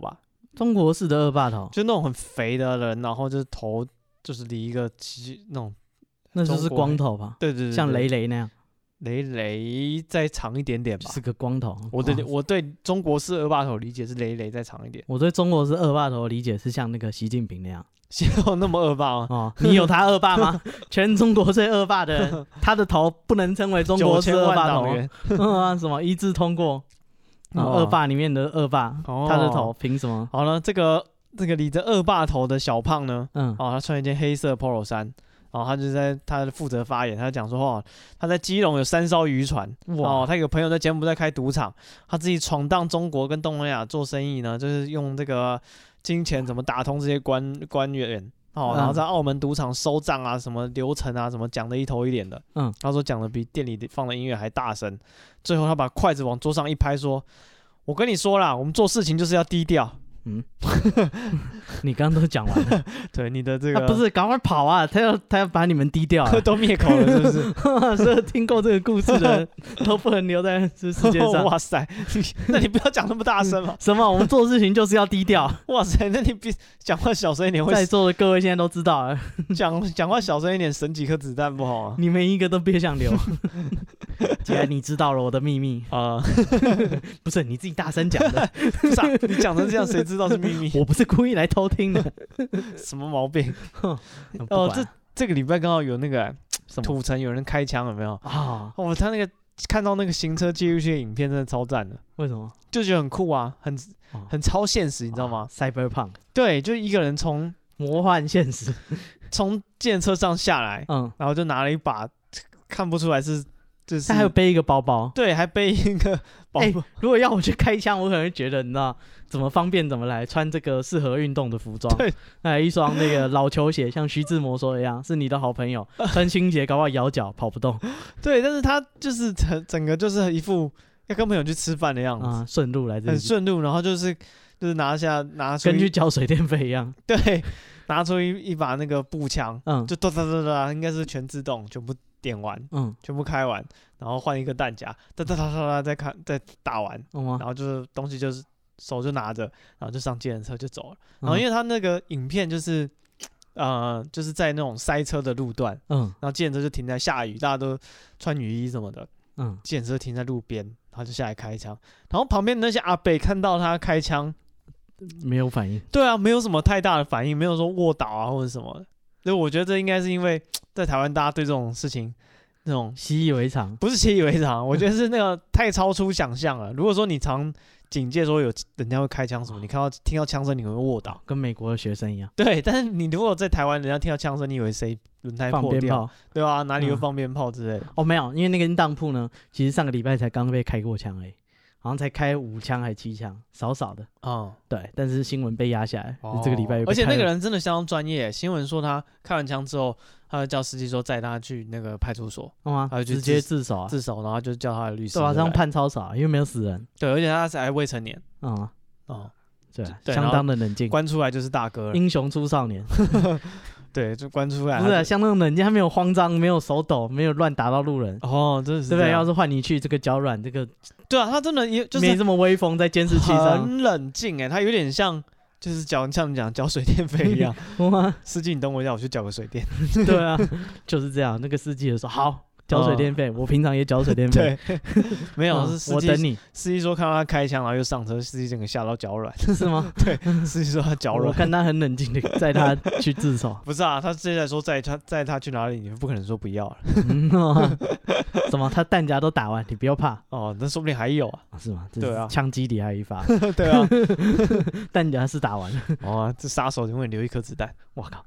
中国式的恶霸头， 就那种很肥的人，然后就是头就是理一个那种， 那就是光头吧？ 对对对， 像雷雷那样。 雷雷再长一点点吧， 是个光头。 我对中国式恶霸头理解是雷雷再长一点。 我对中国式恶霸头理解是像那个习近平那样。 有那么恶霸吗？ 哦，你有他恶霸吗？全中国最恶霸的人，他的头不能称为中国式恶霸头。什么一致通过？恶霸里面的恶霸，他的头凭什么？ 好了，这个理着恶霸头的小胖呢，他穿一件黑色 polo 衫。然后他就在他负责发言，他讲说他在基隆有3艘渔船，他有个朋友在柬埔寨开赌场，他自己闯荡中国跟东南亚做生意呢，就是用这个金钱怎么打通这些官员，然后在澳门赌场收账啊，什么流程啊，什么讲的一头一脸的，他说讲的比店里放的音乐还大声，最后他把筷子往桌上一拍说，我跟你说啦，我们做事情就是要低调。 你刚刚都讲完了。 对，你的这个不是赶快跑啊！他要把你们低调啊， 都灭口了，是不是？ 所有听过这个故事的人都不能留在这世界上。 哇塞，那你不要讲那么大声嘛！ 什么？我们做事情就是要低调。 哇塞，那你比讲话小声一点会。 在座的各位现在都知道了， 讲话小声一点，省几颗子弹不好啊？ 你们一个都别想留。既然你知道了我的秘密啊，不是你自己大声讲的， 不是你讲成这样，谁知道是秘密？ 我不是故意来偷听的， 什么毛病？这个礼拜刚好有那个土城有人开枪，有没有啊？他那个看到那个行车记录器的影片，真的超赞的。 为什么？ 就觉得很酷啊，很超现实，你知道吗 ？Cyberpunk。 对，就一个人从魔幻现实， 从计程车上下来，然后就拿了一把，看不出来是。 他还有背一个包包， 对，还背一个包包。 如果要我去开枪，我可能会觉得，你知道怎么方便怎么来，穿这个适合运动的服装。对，一双那个老球鞋，像徐志摩说的一样，是你的好朋友。穿新鞋，搞不好咬脚跑不动。 对，但是他就是整个就是一副要跟朋友去吃饭的样子， 顺路来这里， 很顺路，然后就是拿出跟去交水电费一样。 对，拿出一把那个步枪，就哒哒哒哒，应该是全自动，全部点完，全部开完，然后换一个弹夹，哒哒哒哒哒，再打完，然后就是东西就是手就拿着，然后就上计程车就走了。然后因为他那个影片就是就是在那种塞车的路段，然后计程车就停在下雨，大家都穿雨衣什么的，计程车停在路边，然后就下来开枪，然后旁边那些阿伯看到他开枪， 没有反应。 对啊，没有什么太大的反应，没有说卧倒啊或者什么的。所以我觉得这应该是因为在台湾大家对这种事情那种习以为常， 不是习以为常，我觉得是那个太超出想象了。如果说你常警戒说有人家会开枪什么，你听到枪声你会卧倒， 跟美国的学生一样。 对，但是你如果在台湾，人家听到枪声，你以为谁轮胎破掉，对吧？哪里有放鞭炮之类的？ 没有，因为那个当铺呢，其实上个礼拜才刚被开过枪而已。好像才开5枪还7枪，少少的。对，但是新闻被压下来，这个礼拜又被开了。 而且那个人真的相当专业，新闻说他开完枪之后，他就叫司机说载他去那个派出所，他就直接自首啊， 然后就叫他的律师。 对啊，这样判超少，因为没有死人。 对，而且他还未成年。 对，相当的冷静， 关出来就是大哥了， 英雄出少年。 对，就关出来。 不是相当冷静，他没有慌张，没有手抖，没有乱打到路人。 真的是。 对不对？要是换你去这个脚软，这个。 对啊，他真的也就是没这么威风，在监视器上很冷静他有点像就是像你讲缴水电费一样。司机，你等我一下，我去缴个水电。 对啊，就是这样。那个司机就说好。缴水电费，我平常也缴水电费。 对，没有，是司机， 我等你。 司机说看到他开枪，然后又上车，司机整个吓到脚软。 是吗？ 对，司机说他脚软。 我看他很冷静的载他去自首。 不是啊，他现在说载他去哪里，你不可能说不要了。 什么？他弹夹都打完，你不要怕。 那说不定还有啊。 是吗？ 对啊， 枪击里还有一发。 对啊， 弹夹是打完了。 这杀手永远留一颗子弹。 我靠。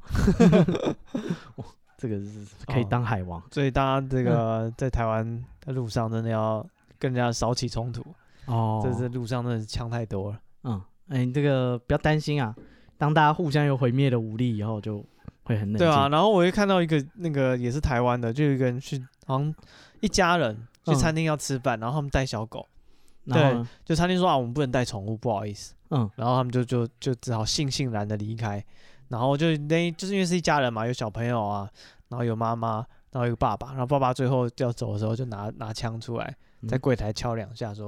这个是可以当海王， 所以大家这个在台湾的路上真的要跟人家少起冲突这路上真的是枪太多了。 你这个不要担心啊，当大家互相有毁灭的武力以后，就会很冷静。 对啊，然后我又看到一个那个也是台湾的，就有一个人去，好像一家人去餐厅要吃饭，然后他们带小狗，对，就餐厅说我们不能带宠物，不好意思，然后他们就只好悻然的离开。然后就是因为是一家人嘛，有小朋友啊，然后有妈妈，然后有爸爸，然后爸爸最后要走的时候就拿枪出来，在柜台敲2下说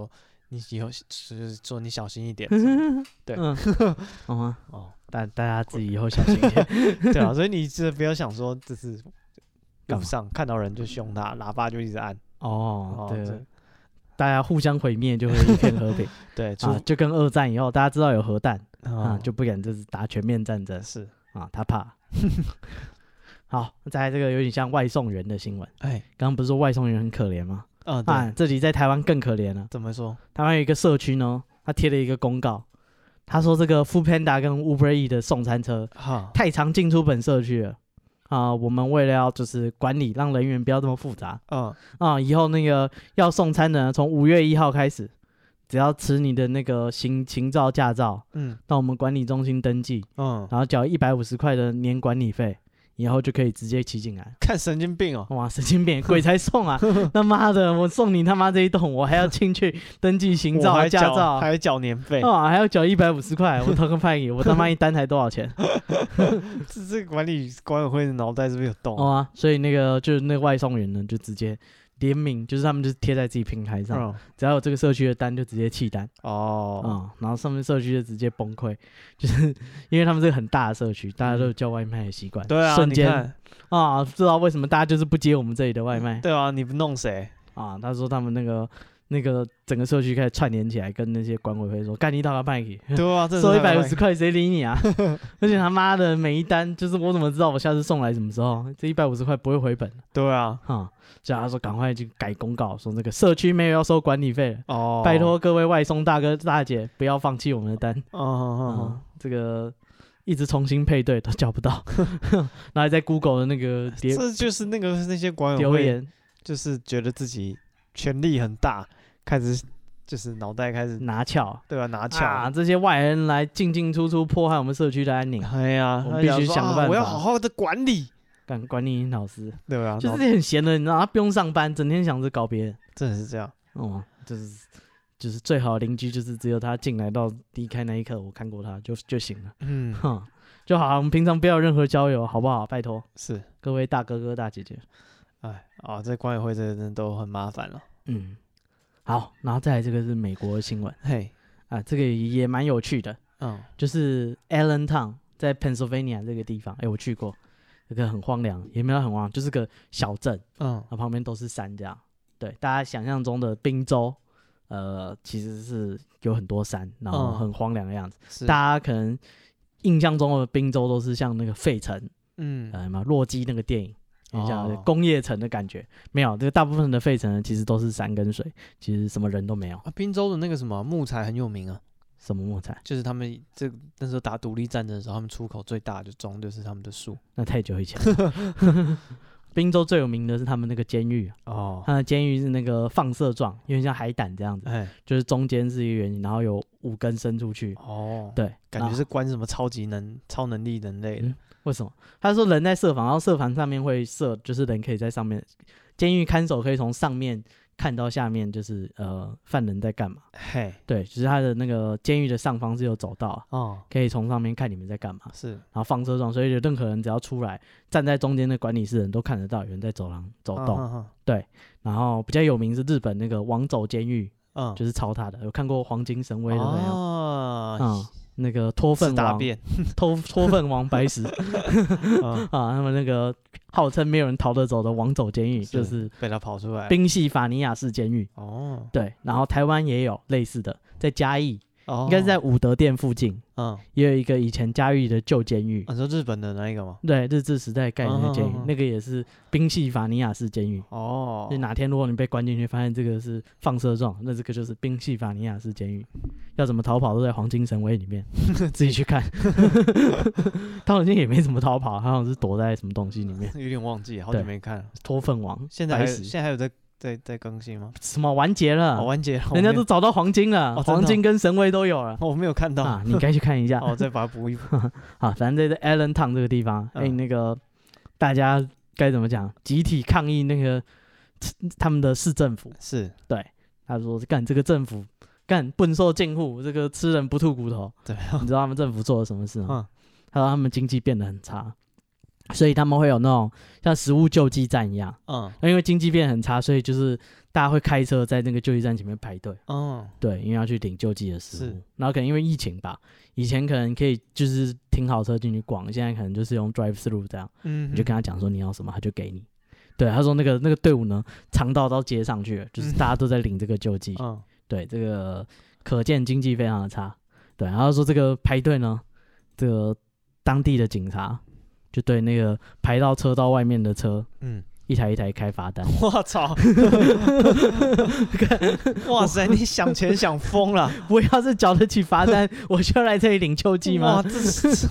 你以后就是说你小心一点。对， 大家自己以后小心一点。 对啊，所以你不要想说这是路上看到人就凶他，喇叭就一直按。 对，大家互相毁灭就会一片和平。 对就跟二战以后大家知道有核弹就不敢就是打全面战争。 是他怕。好，再来这个有点像外送员的新闻。刚刚不是说外送员很可怜吗？这里在台湾更可怜了。 怎么说？ 台湾有一个社区呢，他贴了一个公告，他说这个 Foodpanda 跟 Uber Eats 的送餐车太常进出本社区了我们为了要就是管理，让人员不要这么复杂以后那个要送餐的从5月1号开始，只要持你的那个行照驾照到我们管理中心登记然后缴150块的年管理费，以后就可以直接骑进来。 看神经病哦！ 哇，神经病，鬼才送啊！他妈的，我送你他妈这一栋，我还要进去登记行照、驾照， 还缴年费还要缴150块。我偷个派给我他妈一单才多少钱？ 这个管委会的脑袋是不是有洞所以那个就是那个外送员呢，就直接联名，就是他们就是贴在自己平台上，只要有这个社区的单就直接弃单然后上面社区就直接崩溃，就是因为他们是个很大的社区，大家都有叫外卖的习惯， 对啊， 瞬间不知道为什么大家就是不接我们这里的外卖， 对啊，你不弄谁他说他们那个整个社区开始串联起来，跟那些管委会说干你到个派去， 对啊， 收150块谁理你啊？而且他妈的每一单就是我怎么知道我下次送来什么时候？这150块不会回本。 对啊， 叫他说赶快就改公告，说那个社区没有要收管理费了拜托各位外送大哥大姐不要放弃我们的单这个一直重新配对都叫不到，然后在 Google 的那个这就是那些管委会留言，就是觉得自己权力很大，开始就是脑袋开始拿翘， 对吧？拿翘这些外人来进进出出破坏我们社区的安宁。我们必须想个办法， 我要好好的管理。 管理老师， 对啊， 就是很闲的，你知道，他不用上班，整天想着搞别人， 真的是这样。 就是最好的邻居，就是只有他进来到离开那一刻，我看过他就行了。就好，我们平常不要有任何交友，好不好？拜托， 是各位大哥哥大姐姐。 这管委会真的都很麻烦了。 好，然后再来这个是美国的新闻，这个也蛮有趣的。就是 Allentown 在 Pennsylvania 这个地方，我去过。这个很荒凉，也没有很荒凉，就是个小镇，旁边都是山这样。对，大家想象中的宾州，其实是有很多山，然后很荒凉的样子。大家可能印象中的宾州都是像那个费城，洛基那个电影，像工业城的感觉。没有，这个大部分的费城其实都是山跟水，其实什么人都没有。 宾州的那个什么木材很有名啊。 什么木材？ 就是他们那时候打独立战争的时候，他们出口最大的装就是他们的树。 那太久以前了。宾州最有名的是他们那个监狱它的监狱是那个放射状，有点像海胆这样子，就是中间是一个圆形，然后有5根伸出去。对， 感觉是关什么超能力人类的。 为什么？他说人在设防，然后设防上面会设，就是人可以在上面，监狱看守可以从上面看到下面，就是犯人在干嘛。对，就是他的那个监狱的上方是有走道可以从上面看你们在干嘛。是，然后放射状，所以有任何人只要出来站在中间的管理室的人都看得到有人在走廊走动。对，然后比较有名是日本那个王走监狱，就是抄他的。有看过《黄金神威》的没有？那个脱粪王，脱粪王白石他们那个号称没有人逃得走的王走监狱，就是被他跑出来。 宾夕法尼亚市监狱。对，然后台湾也有类似的，在嘉义，应该是在武德殿附近，也有一个以前嘉义的旧监狱。 你说日本的那一个吗？ 对，日治时代盖的那个监狱，那个也是宾夕法尼亚市监狱。就哪天如果你被关进去，发现这个是放射状，那这个就是宾夕法尼亚市监狱。要怎么逃跑都在黄金神威里面，自己去看。他好像也没怎么逃跑，他好像是躲在什么东西里面， 有点忘记，好久没看了。 脱粪王， 现在还有在更新吗？ 什么完结了？ 完结了， 人家都找到黄金了，黄金跟神威都有了。 我没有看到你该去看一下。 我再把它补一补。 好，反正在 Allentown 这个地方，那个大家该怎么讲？集体抗议那个他们的市政府。是，对，他说干这个政府。笨兽近户，这个吃人不吐骨头。对，你知道他们政府做了什么事吗？他说他们经济变得很差，所以他们会有那种像食物救济站一样。因为经济变得很差，所以就是大家会开车在那个救济站前面排队。对，因为要去领救济的食物。然后可能因为疫情吧，以前可能可以就是停好车进去逛，现在可能就是用 drive through 这样。你就跟他讲说你要什么，他就给你。对，他说那个队伍呢，长到街上去了，就是大家都在领这个救济。对，这个可见经济非常的差。对，然后说这个排队呢，这个当地的警察就对那个排到车道外面的车，一台一台开罚单。 我操！哇塞，你想钱想疯了！ 我要是缴得起罚单，我就要来这里领救济吗？ 哇，这是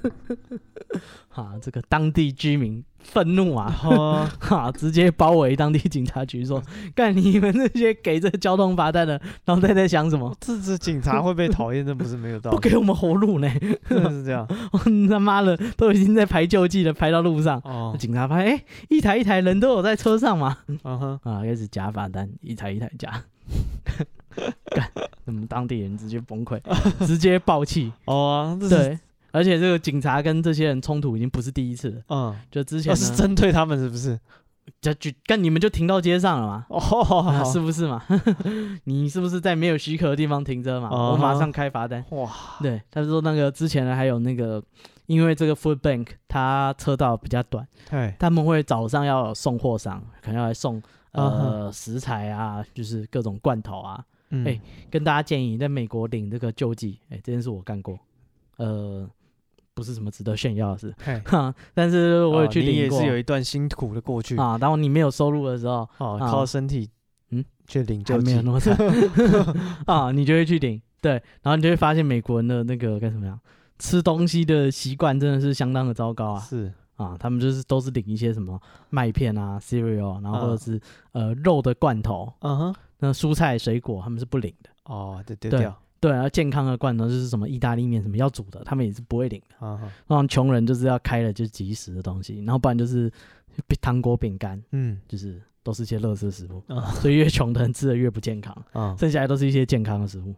这个当地居民愤怒直接包围当地警察局说：“干你们这些给这交通罚单的，脑袋在想什么？ 这警察会被讨厌，这不是没有道理。 不给我们活路呢， 真的是这样。 他妈的，都已经在排救济了，排到路上。警察发现，一台一台人都有在车上嘛，开始夹罚单，一台一台夹。干，我们当地人直接崩溃，直接爆气。对。而且这个警察跟这些人冲突已经不是第一次了。就之前是针对他们是不是？ 跟你们就停到街上了嘛？是不是嘛？你是不是在没有许可的地方停车嘛？我马上开罚单。哇！对，他说那个之前呢还有那个，因为这个 Food Bank 它车道比较短，他们会早上要有送货商，可能要来送食材啊，就是各种罐头啊。跟大家建议，在美国领这个救济，这件事我干过。不是什么值得炫耀的事，但是我有去领过。 你也是有一段辛苦的过去啊。当你没有收入的时候， 靠身体，去领救济， 还没有那么惨你就会去领。对，然后你就会发现美国人的那个该怎么样，吃东西的习惯真的是相当的糟糕啊。 是他们就是都是领一些什么麦片啊、cereal， 然后或者是肉的罐头，那蔬菜水果他们是不领的。 对，丢掉。 对，然后健康的罐头就是什么意大利面什么要煮的，他们也是不会领的。然后穷人就是要开了就即食的东西，然后不然就是糖果饼干，就是都是一些垃圾食物。所以越穷的人吃的越不健康，剩下来都是一些健康的食物。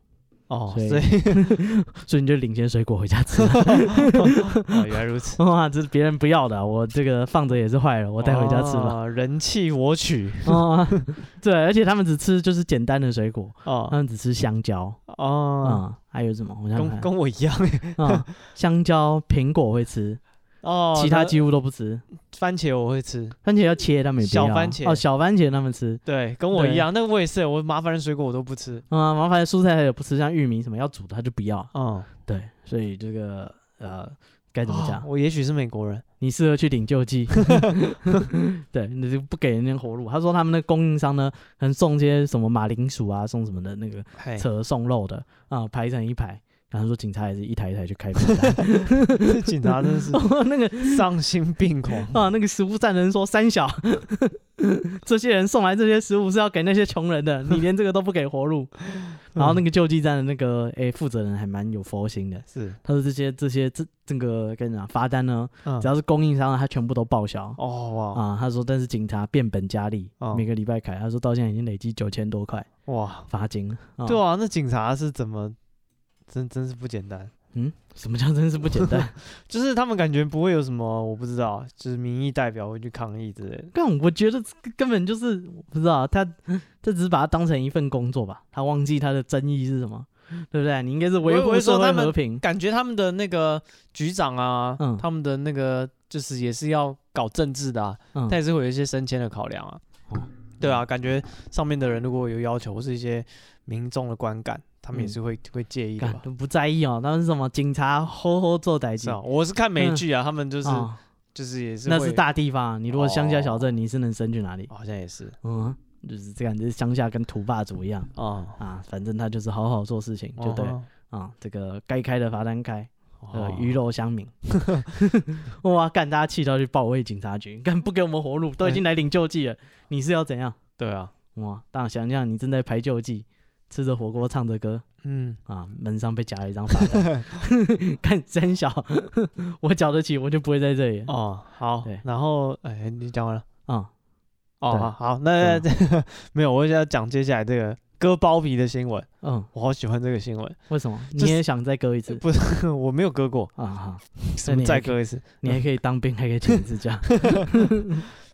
所以你就领些水果回家吃。 原来如此。 哇，这是别人不要的，我这个放着也是坏了，我带回家吃吧。 人弃我取。 对，而且他们只吃就是简单的水果，他们只吃香蕉。还有什么？我想想看， 跟我一样。 香蕉、苹果会吃。其他几乎都不吃。 番茄我会吃， 番茄要切，他们也不要。 小番茄小番茄他们吃。 对，跟我一样。那个我也是，我麻烦的水果我都不吃。 麻烦的蔬菜也不吃，像玉米什么要煮的他就不要。对，所以这个该怎么讲？ 我也许是美国人， 你适合去领救济。对，你就不给人家活路。他说他们的供应商呢，可能送些什么马铃薯啊，送什么的那个车送肉的排成一排。然后说警察也是一台一台去开罚单。 警察真的是那个丧心病狂那个食物站人说三小，这些人送来这些食物是要给那些穷人的，你连这个都不给活路。然后那个救济站的那个负责人还蛮有佛心的， 是他说这个跟你讲罚单呢，只要是供应商他全部都报销。他说但是警察变本加厉，每个礼拜开，他说到现在已经累积9000多块罚金。 对啊，那警察是怎么？真是不简单。 什么叫真是不简单？ 就是他们感觉不会有什么，我不知道，就是民意代表会去抗议之类的。 但我觉得根本就是不知道，他只是把它当成一份工作吧，他忘记他的真意是什么，对不对？你应该是维护社会和平。 感觉他们的那个局长啊，他们的那个就是也是要搞政治的他也是会有一些升迁的考量啊。对啊，感觉上面的人如果有要求，或是一些民众的观感。他们也是会介意的吧？ 不在意他们是什么警察好做代志。 我是看美剧啊，他们就是也是那是大地方，你如果乡下小镇，你是能升去哪里？ 好像也是， 就是这样，就是乡下跟土霸主一样反正他就是好好做事情，就对这个该开的罚单开，鱼肉乡民。哇，干大家气到去保卫警察局，干不给我们活路，都已经来领救济了，你是要怎样？ 对啊， 哇，大家想想，你正在排救济。吃着火锅唱着歌，门上被夹了一张罚单，看真小，我缴得起，我就不会在这里。 好，然后你讲完了好，那没有，我想要讲接下来这个割包皮的新闻。我好喜欢这个新闻。 为什么？你也想再割一次？ 不是，我没有割过好， 什么再割一次？ 你还可以当兵，还可以请一次假。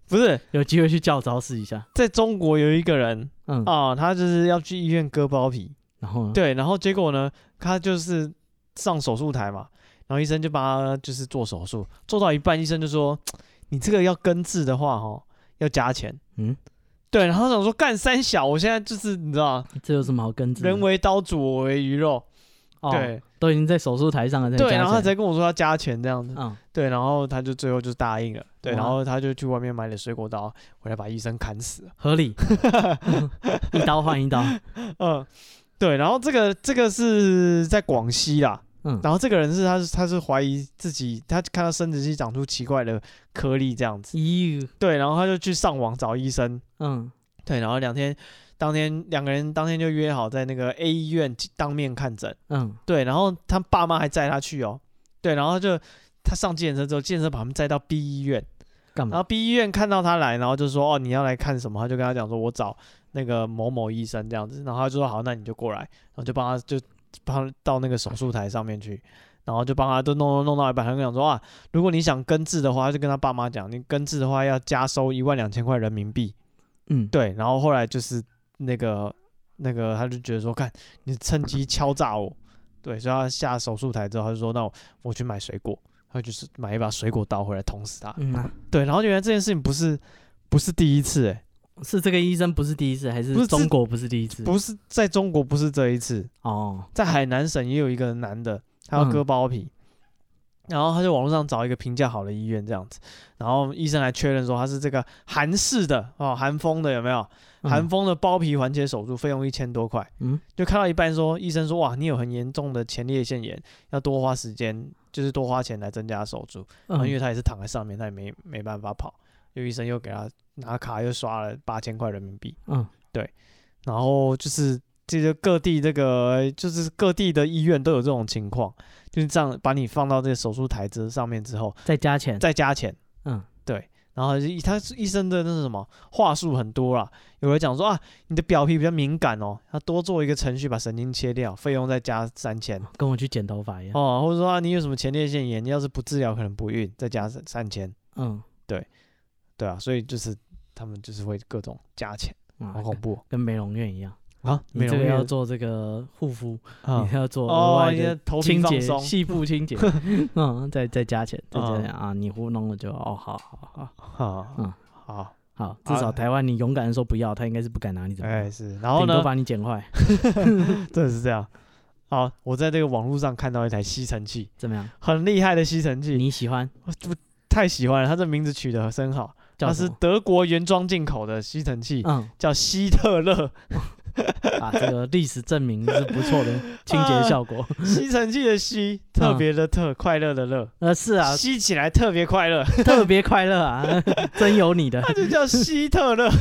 不是有机会去教招试一下。 在中国有一个人，他就是要去医院割包皮， 然后呢？ 对，然后结果呢，他就是上手术台嘛，然后医生就帮他就是做手术，做到一半，医生就说：“你这个要根治的话，要加钱。”对，然后想说干三小，我现在就是你知道， 这有什么好根治？ 人为刀俎，我为鱼肉。对， 都已经在手术台上了， 对，然后他才跟我说要加钱这样子。对，然后他就最后就答应了。对，然后他就去外面买了水果刀，回来把医生砍死了， 合理。一刀换一刀。 对，然后这个是在广西啦。然后这个人他是怀疑自己，他看到生殖器长出奇怪的颗粒这样子。对，然后他就去上网找医生。对，然后两个人当天就约好在那个 A 医院当面看诊。对，然后他爸妈还载他去哦。对，然后他上计程车之后，计程车把他们载到 B 医院。干嘛？然后 B 医院看到他来，然后就说：“哦，你要来看什么？”他就跟他讲说：“我找那个某某医生这样子。”然后他就说：“好，那你就过来。”然后就帮他到那个手术台上面去，然后就帮他都弄到一半，他跟他讲说：“啊，如果你想根治的话，他就跟他爸妈讲，你根治的话要加收12000块人民币。”对，然后后来就是那个他就觉得说，看你趁机敲诈我，对，所以他下手术台之后，他就说，那我去买水果，他就是买一把水果刀回来捅死他。对，然后原来这件事情不是第一次， 是这个医生不是第一次，还是中国不是第一次？ 不是，在中国不是这一次哦，在海南省也有一个男的，他要割包皮。然后他就网络上找一个评价好的医院这样子，然后医生来确认说他是这个韩式的韩风的有没有？韩风的包皮环切手术费用1000多块。就看到一半说医生说哇，你有很严重的前列腺炎，要多花时间，就是多花钱来增加手术。因为他也是躺在上面，他也没办法跑，因为医生又给他拿卡又刷了8000块人民币。对，然后就是这个各地就是各地的医院都有这种情况。就是这样，把你放到这个手术台子上面之后， 再加钱。 对。然后他医生的那是什么话术很多啦，有人讲说啊，你的表皮比较敏感哦，他多做一个程序把神经切掉，费用再加3000， 跟我去剪头发一样或者说啊，你有什么前列腺炎，你要是不治疗可能不孕，再加3000。对啊，所以就是他们就是会各种加钱，好恐怖， 跟美容院一样。 你这个要做这个护肤，你要做额外的清洁、细部清洁，再加钱，再加钱啊！你糊弄了就好，至少台湾你勇敢的说不要，他应该是不敢拿你怎么样， 是，然后呢， 顶多把你剪坏， 真的是这样。好，我在这个网络上看到一台吸尘器， 怎么样？ 很厉害的吸尘器， 你喜欢？ 我太喜欢了，它这名字取得真好，它是德国原装进口的吸尘器，叫希特勒。 这个历史证明是不错的清洁效果。 吸尘器的吸，特别的特，快乐的乐。 是啊， 吸起来特别快乐， 特别快乐啊！真有你的， 它就叫希特勒。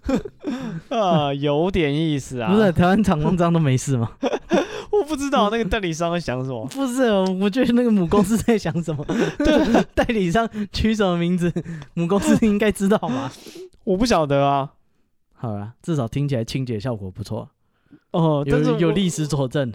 有点意思啊。 不是台湾厂商这样都没事吗？ 我不知道那个代理商在想什么。 不是，我觉得那个母公司在想什么。对，代理商取什么名字，母公司应该知道吗？ 我不晓得啊。 好啦，至少听起来清洁效果不错有历史佐证。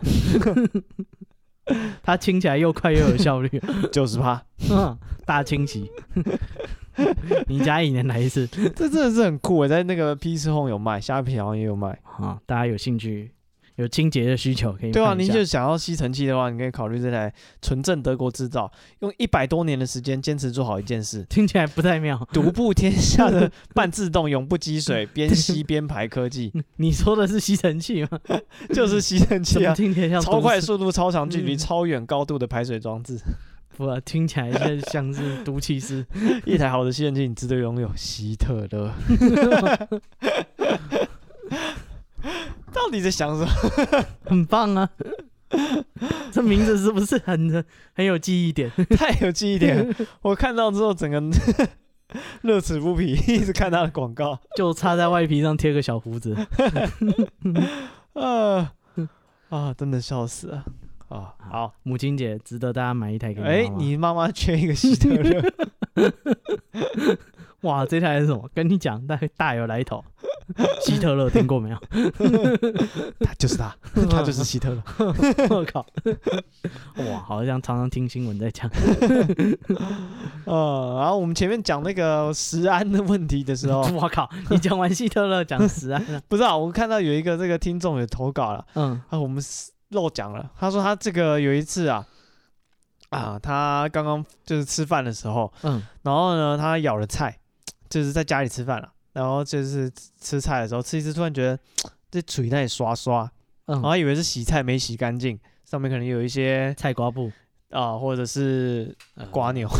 它清起来又快又有效率 ，90%， 大清洗。你家1年来一次， 这真的是很酷在那个 PC Home 有卖，虾皮好像也有卖大家有兴趣。有清洁的需求可以。 对啊，你就想要吸尘器的话，你可以考虑这台纯正德国制造，用100多年的时间坚持做好一件事， 听起来不太妙。 独步天下的半自动永不积水边吸边排科技。 你说的是吸尘器吗？ 就是吸尘器啊， 听起来像超快速度、超长距离、超远高度的排水装置。 不啊，听起来像是毒气室。 一台好的吸尘器，你值得拥有。希特勒。到底在想什么？ 很棒啊！这名字是不是很有记忆点？ 太有记忆点！我看到之后，整个乐此不疲，一直看他的广告， 就插在外皮上贴个小胡子。 真的笑死了好， 母亲节值得大家买一台给你妈妈。 你妈妈缺一个希特勒。 哇，这台是什么？跟你讲，大有来头。 希特勒听过没有？ 他就是他，他就是希特勒。 我靠！哇，好像常常听新闻在讲。 然后我们前面讲那个食安的问题的时候， 我靠，你讲完希特勒讲食安了？ 不是啊，我看到有一个这个听众有投稿了，我们漏讲了，他说他这个有一次他刚刚就是吃饭的时候，然后呢，他舀了菜，就是在家里吃饭了，然后就是吃菜的时候，吃一次突然觉得这嘴那里刷刷，然后以为是洗菜没洗干净，上面可能有一些菜瓜布或者是瓜牛，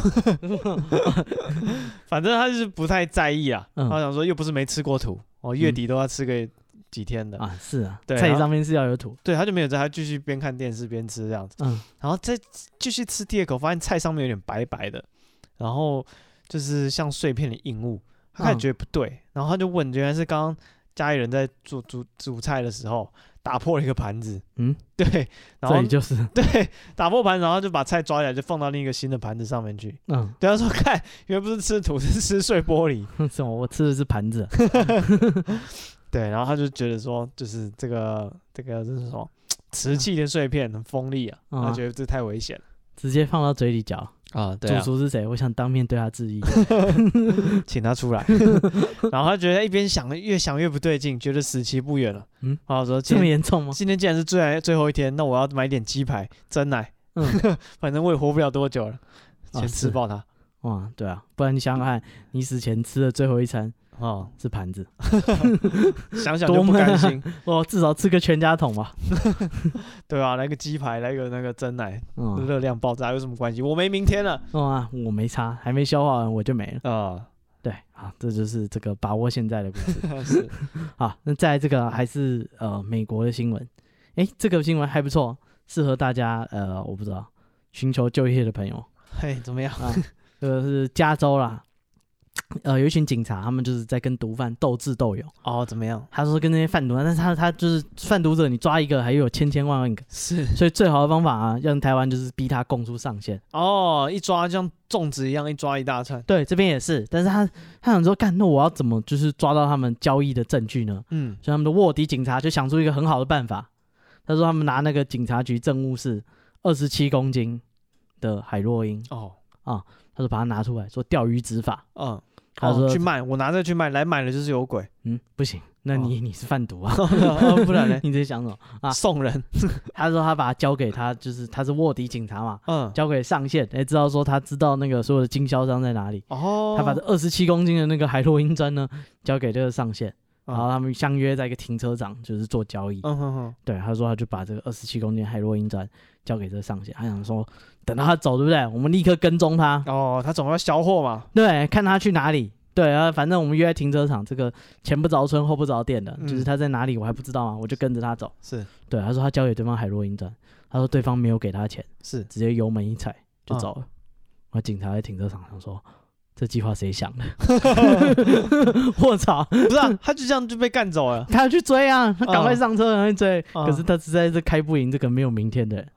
反正他就是不太在意啊，他想说又不是没吃过土，月底都要吃个几天的啊，是啊， 对， 菜上面是要有土， 对，他就没有在，他继续边看电视边吃这样子，然后再继续吃第二口，发现菜上面有点白白的，然后就是像碎片的硬物，他开始觉得不对，然后他就问，原来是刚刚家里人在煮菜的时候打破了一个盘子，对，然后就是对打破盘子，然后就把菜抓起来就放到另一个新的盘子上面去，对，他说看，原来不是吃土，是吃碎玻璃， 什么？我吃的是盘子。 对，然后他就觉得说，就是这个是什么瓷器的碎片很锋利啊，他觉得这太危险了， 直接放到嘴里嚼啊。对啊， 主厨是谁？我想当面对他致意， 请他出来。然后他觉得一边想越想越不对劲，觉得死期不远了。然后说这么严重吗？ 今天既然是最后一天，那我要买点鸡排、蒸奶，反正我也活不了多久了，先吃爆它。 哇，对啊，不然你想想看，你死前吃的最后一餐。是盘子， 想想就不甘心。 至少吃个全家桶吧。 对啊，来个鸡排，来个那个蒸奶，热量爆炸有什么关系？我没明天了。 我没差，还没消化完我就没了。对啊，这就是这个把握现在的故事。 是好，那再来这个还是美国的新闻。这个新闻还不错，适合大家我不知道寻求就业的朋友。 嘿，怎么样？ 这个是加州啦。有一群警察，他们就是在跟毒贩斗智斗勇。 怎么样？ 他说跟那些贩毒，但是他就是贩毒者，你抓一个还有千万个。 是， 所以最好的方法让台湾就是逼他供出上限。 一抓就像粽子一样，一抓一大串。 对，这边也是，但是他想说，那我要怎么就是抓到他们交易的证据呢？所以他们的卧底警察就想出一个很好的办法。他说他们拿那个警察局政务室27公斤的海洛因。他说把它拿出来，说钓鱼执法。他说去卖，我拿这去卖，来买的就是有鬼。 不行，那你是贩毒啊？ 不然呢？ 你在想什么啊？ 送人。 他说他把它交给他，就是他是卧底警察嘛，交给上线，知道说他知道那个所有的经销商在哪里。他把这27公斤的那个海洛因砖呢，交给这个上线。然后他们相约在一个停车场，就是做交易。对，他说他就把这个27公斤海洛因砖交给这个上线，他想说等到他走，对不对？我们立刻跟踪他。 他总要销货嘛。 对，看他去哪里。对啊，反正我们约在停车场，这个前不着村后不着店的，就是他在哪里我还不知道嘛，我就跟着他走。 是， 对，他说他交给对方海洛因砖，他说对方没有给他钱， 是直接油门一踩就走了。然后警察在停车场上说。这计划谁想的？我操！ 不是啊，他就这样就被干走了。 他要去追啊，他赶快上车，赶快追。可是他实在是开不赢这个没有明天的人。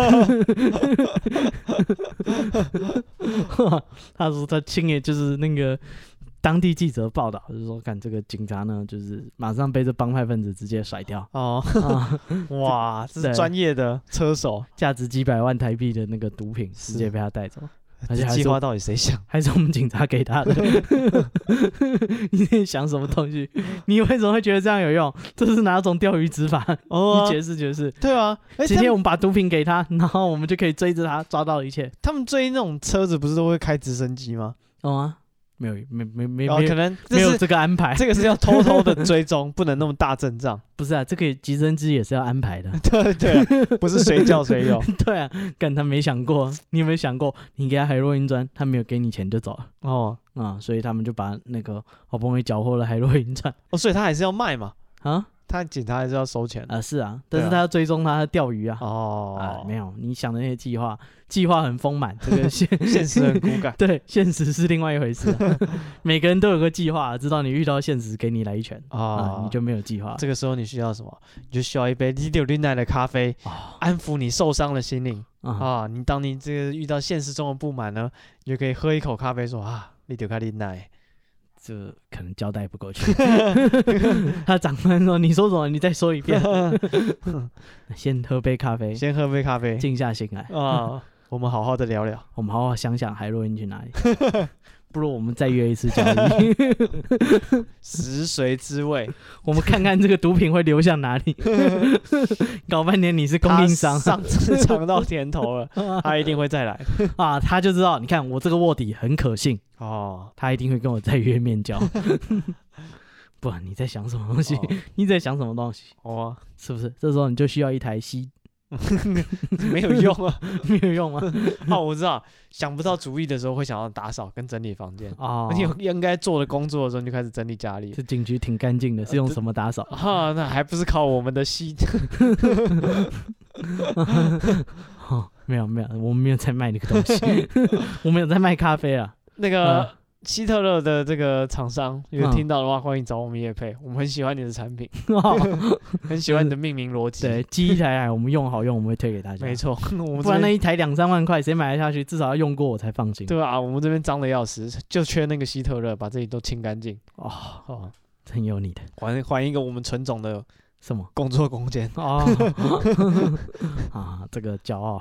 他说他亲眼就是那个当地记者报道，就是说看这个警察呢，就是马上被这帮派分子直接甩掉。 哇，这是专业的车手， 价值几百万台币的那个毒品直接被他带走。 而且计划到底谁想？ 还是我们警察给他的？你在想什么东西？你为什么会觉得这样有用？这是哪种钓鱼执法？你解释。对啊， 今天我们把毒品给他，然后我们就可以追着他，抓到一切。 他们追那种车子不是都会开直升机吗？ 没可能没有这个安排。 这个是要偷偷的追踪，不能那么大阵仗。 不是啊，这个直升机也是要安排的。 对，不是谁叫谁有。 对啊，干他没想过，你有没有想过，你给他海洛因砖，他没有给你钱就走了。所以他们就把那个好不容易缴获了海洛因砖。 所以他还是要卖嘛？他警察还是要收钱是啊，但是他要追踪他钓鱼啊。没有，你想的那些计划很丰满，这个现实很骨感。 对，现实是另外一回事。每个人都有个计划，知道你遇到现实，给你来一拳你就没有计划。 这个时候你需要什么？你就需要一杯6奶的咖啡，安抚你受伤的心灵当你这个遇到现实中的不满呢，你就可以喝一口咖啡，说6奶。 这可能交代不过去。他长官说：“你说什么？你再说一遍。”先喝杯咖啡，静下心来啊。我们好好的聊聊， 我们好好想想海洛因去哪里。不如我们再约一次交易。 食髓知味， 我们看看这个毒品会流向哪里。搞半天你是供应商， 上次尝到甜头了，他一定会再来啊！他就知道，你看我这个卧底很可信哦，他一定会跟我再约面交。不然你在想什么东西？你在想什么东西？ 哦， 是不是？这时候你就需要一台没有用啊， 没有用吗？ 我知道，想不到主意的时候会想要打扫跟整理房间而且应该做的工作的时候你就开始整理家里。 这警局挺干净的，是用什么打扫那还不是靠我们的没有，我们没有在卖那个东西，我们有在卖咖啡啊。 那个希特勒的这个厂商，有听到的话，欢迎找我们业配，我们很喜欢你的产品，很喜欢你的命名逻辑。 对，寄一台来，我们用好用，我们会推给大家。 没错， 不然那一台2-3万块，谁买得下去？至少要用过我才放心。 对啊，我们这边脏的要死，就缺那个希特勒，把这里都清干净。 真有你的， 还一个我们纯种的什么工作空间这个骄傲，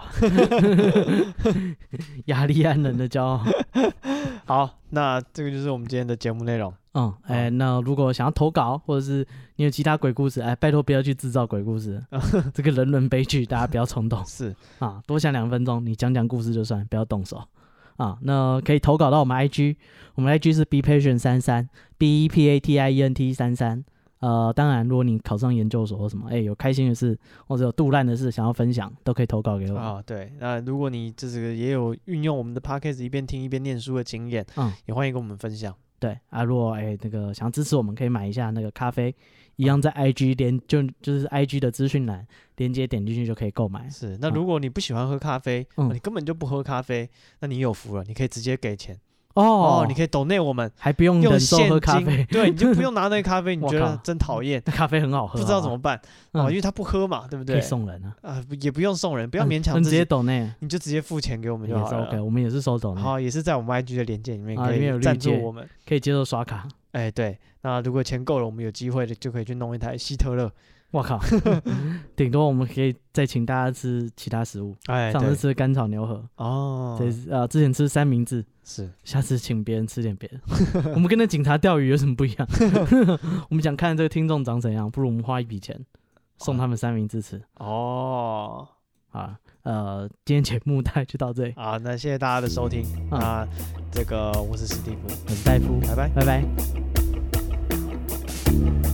亚利安人的骄傲。 好，那这个就是我们今天的节目内容。 那如果想要投稿，或者是你有其他鬼故事，拜托不要去制造鬼故事，这个人伦悲剧，大家不要冲动。 是多想2分钟，你讲故事就算，不要动手。那可以投稿到我们 IG， 我们 IG 是 bepatient33 BEPATIENT33。当然，如果你考上研究所或什么，有开心的事或者有肚烂的事想要分享，都可以投稿给我。 对，那如果你就是也有运用我们的 podcast 一边听一边念书的经验，也欢迎跟我们分享。 对如果那个想要支持我们，可以买一下那个咖啡，一样在 IG 就是 IG 的资讯栏连接点进去就可以购买。 是，那如果你不喜欢喝咖啡，你根本就不喝咖啡，那你有福了，你可以直接给钱。你可以donate我们， 还不用忍受喝咖啡， 对，你就不用拿那个咖啡，你觉得真讨厌， 咖啡很好喝， 不知道怎么办因为他不喝嘛，对不对？ 可以送人也不用送人，不要勉强自己， 直接donate， 你就直接付钱给我们就好了。 OK， 我们也是收donate， 好，也是在我们 IG 的连结里面可以赞助我们， 可以接受刷卡。 对，那如果钱够了，我们有机会就可以去弄一台希特勒。 我靠，顶多我们可以再请大家吃其他食物。上次吃甘草牛河之前吃三明治， 是， 下次请别人吃点别的。我们跟那警察钓鱼有什么不一样？我们想看这个听众长怎样，不如我们花一笔钱送他们三明治吃。今天节目大概就到这里。 那谢谢大家的收听。这个我是史蒂夫， 我是戴夫， 拜拜， 拜拜。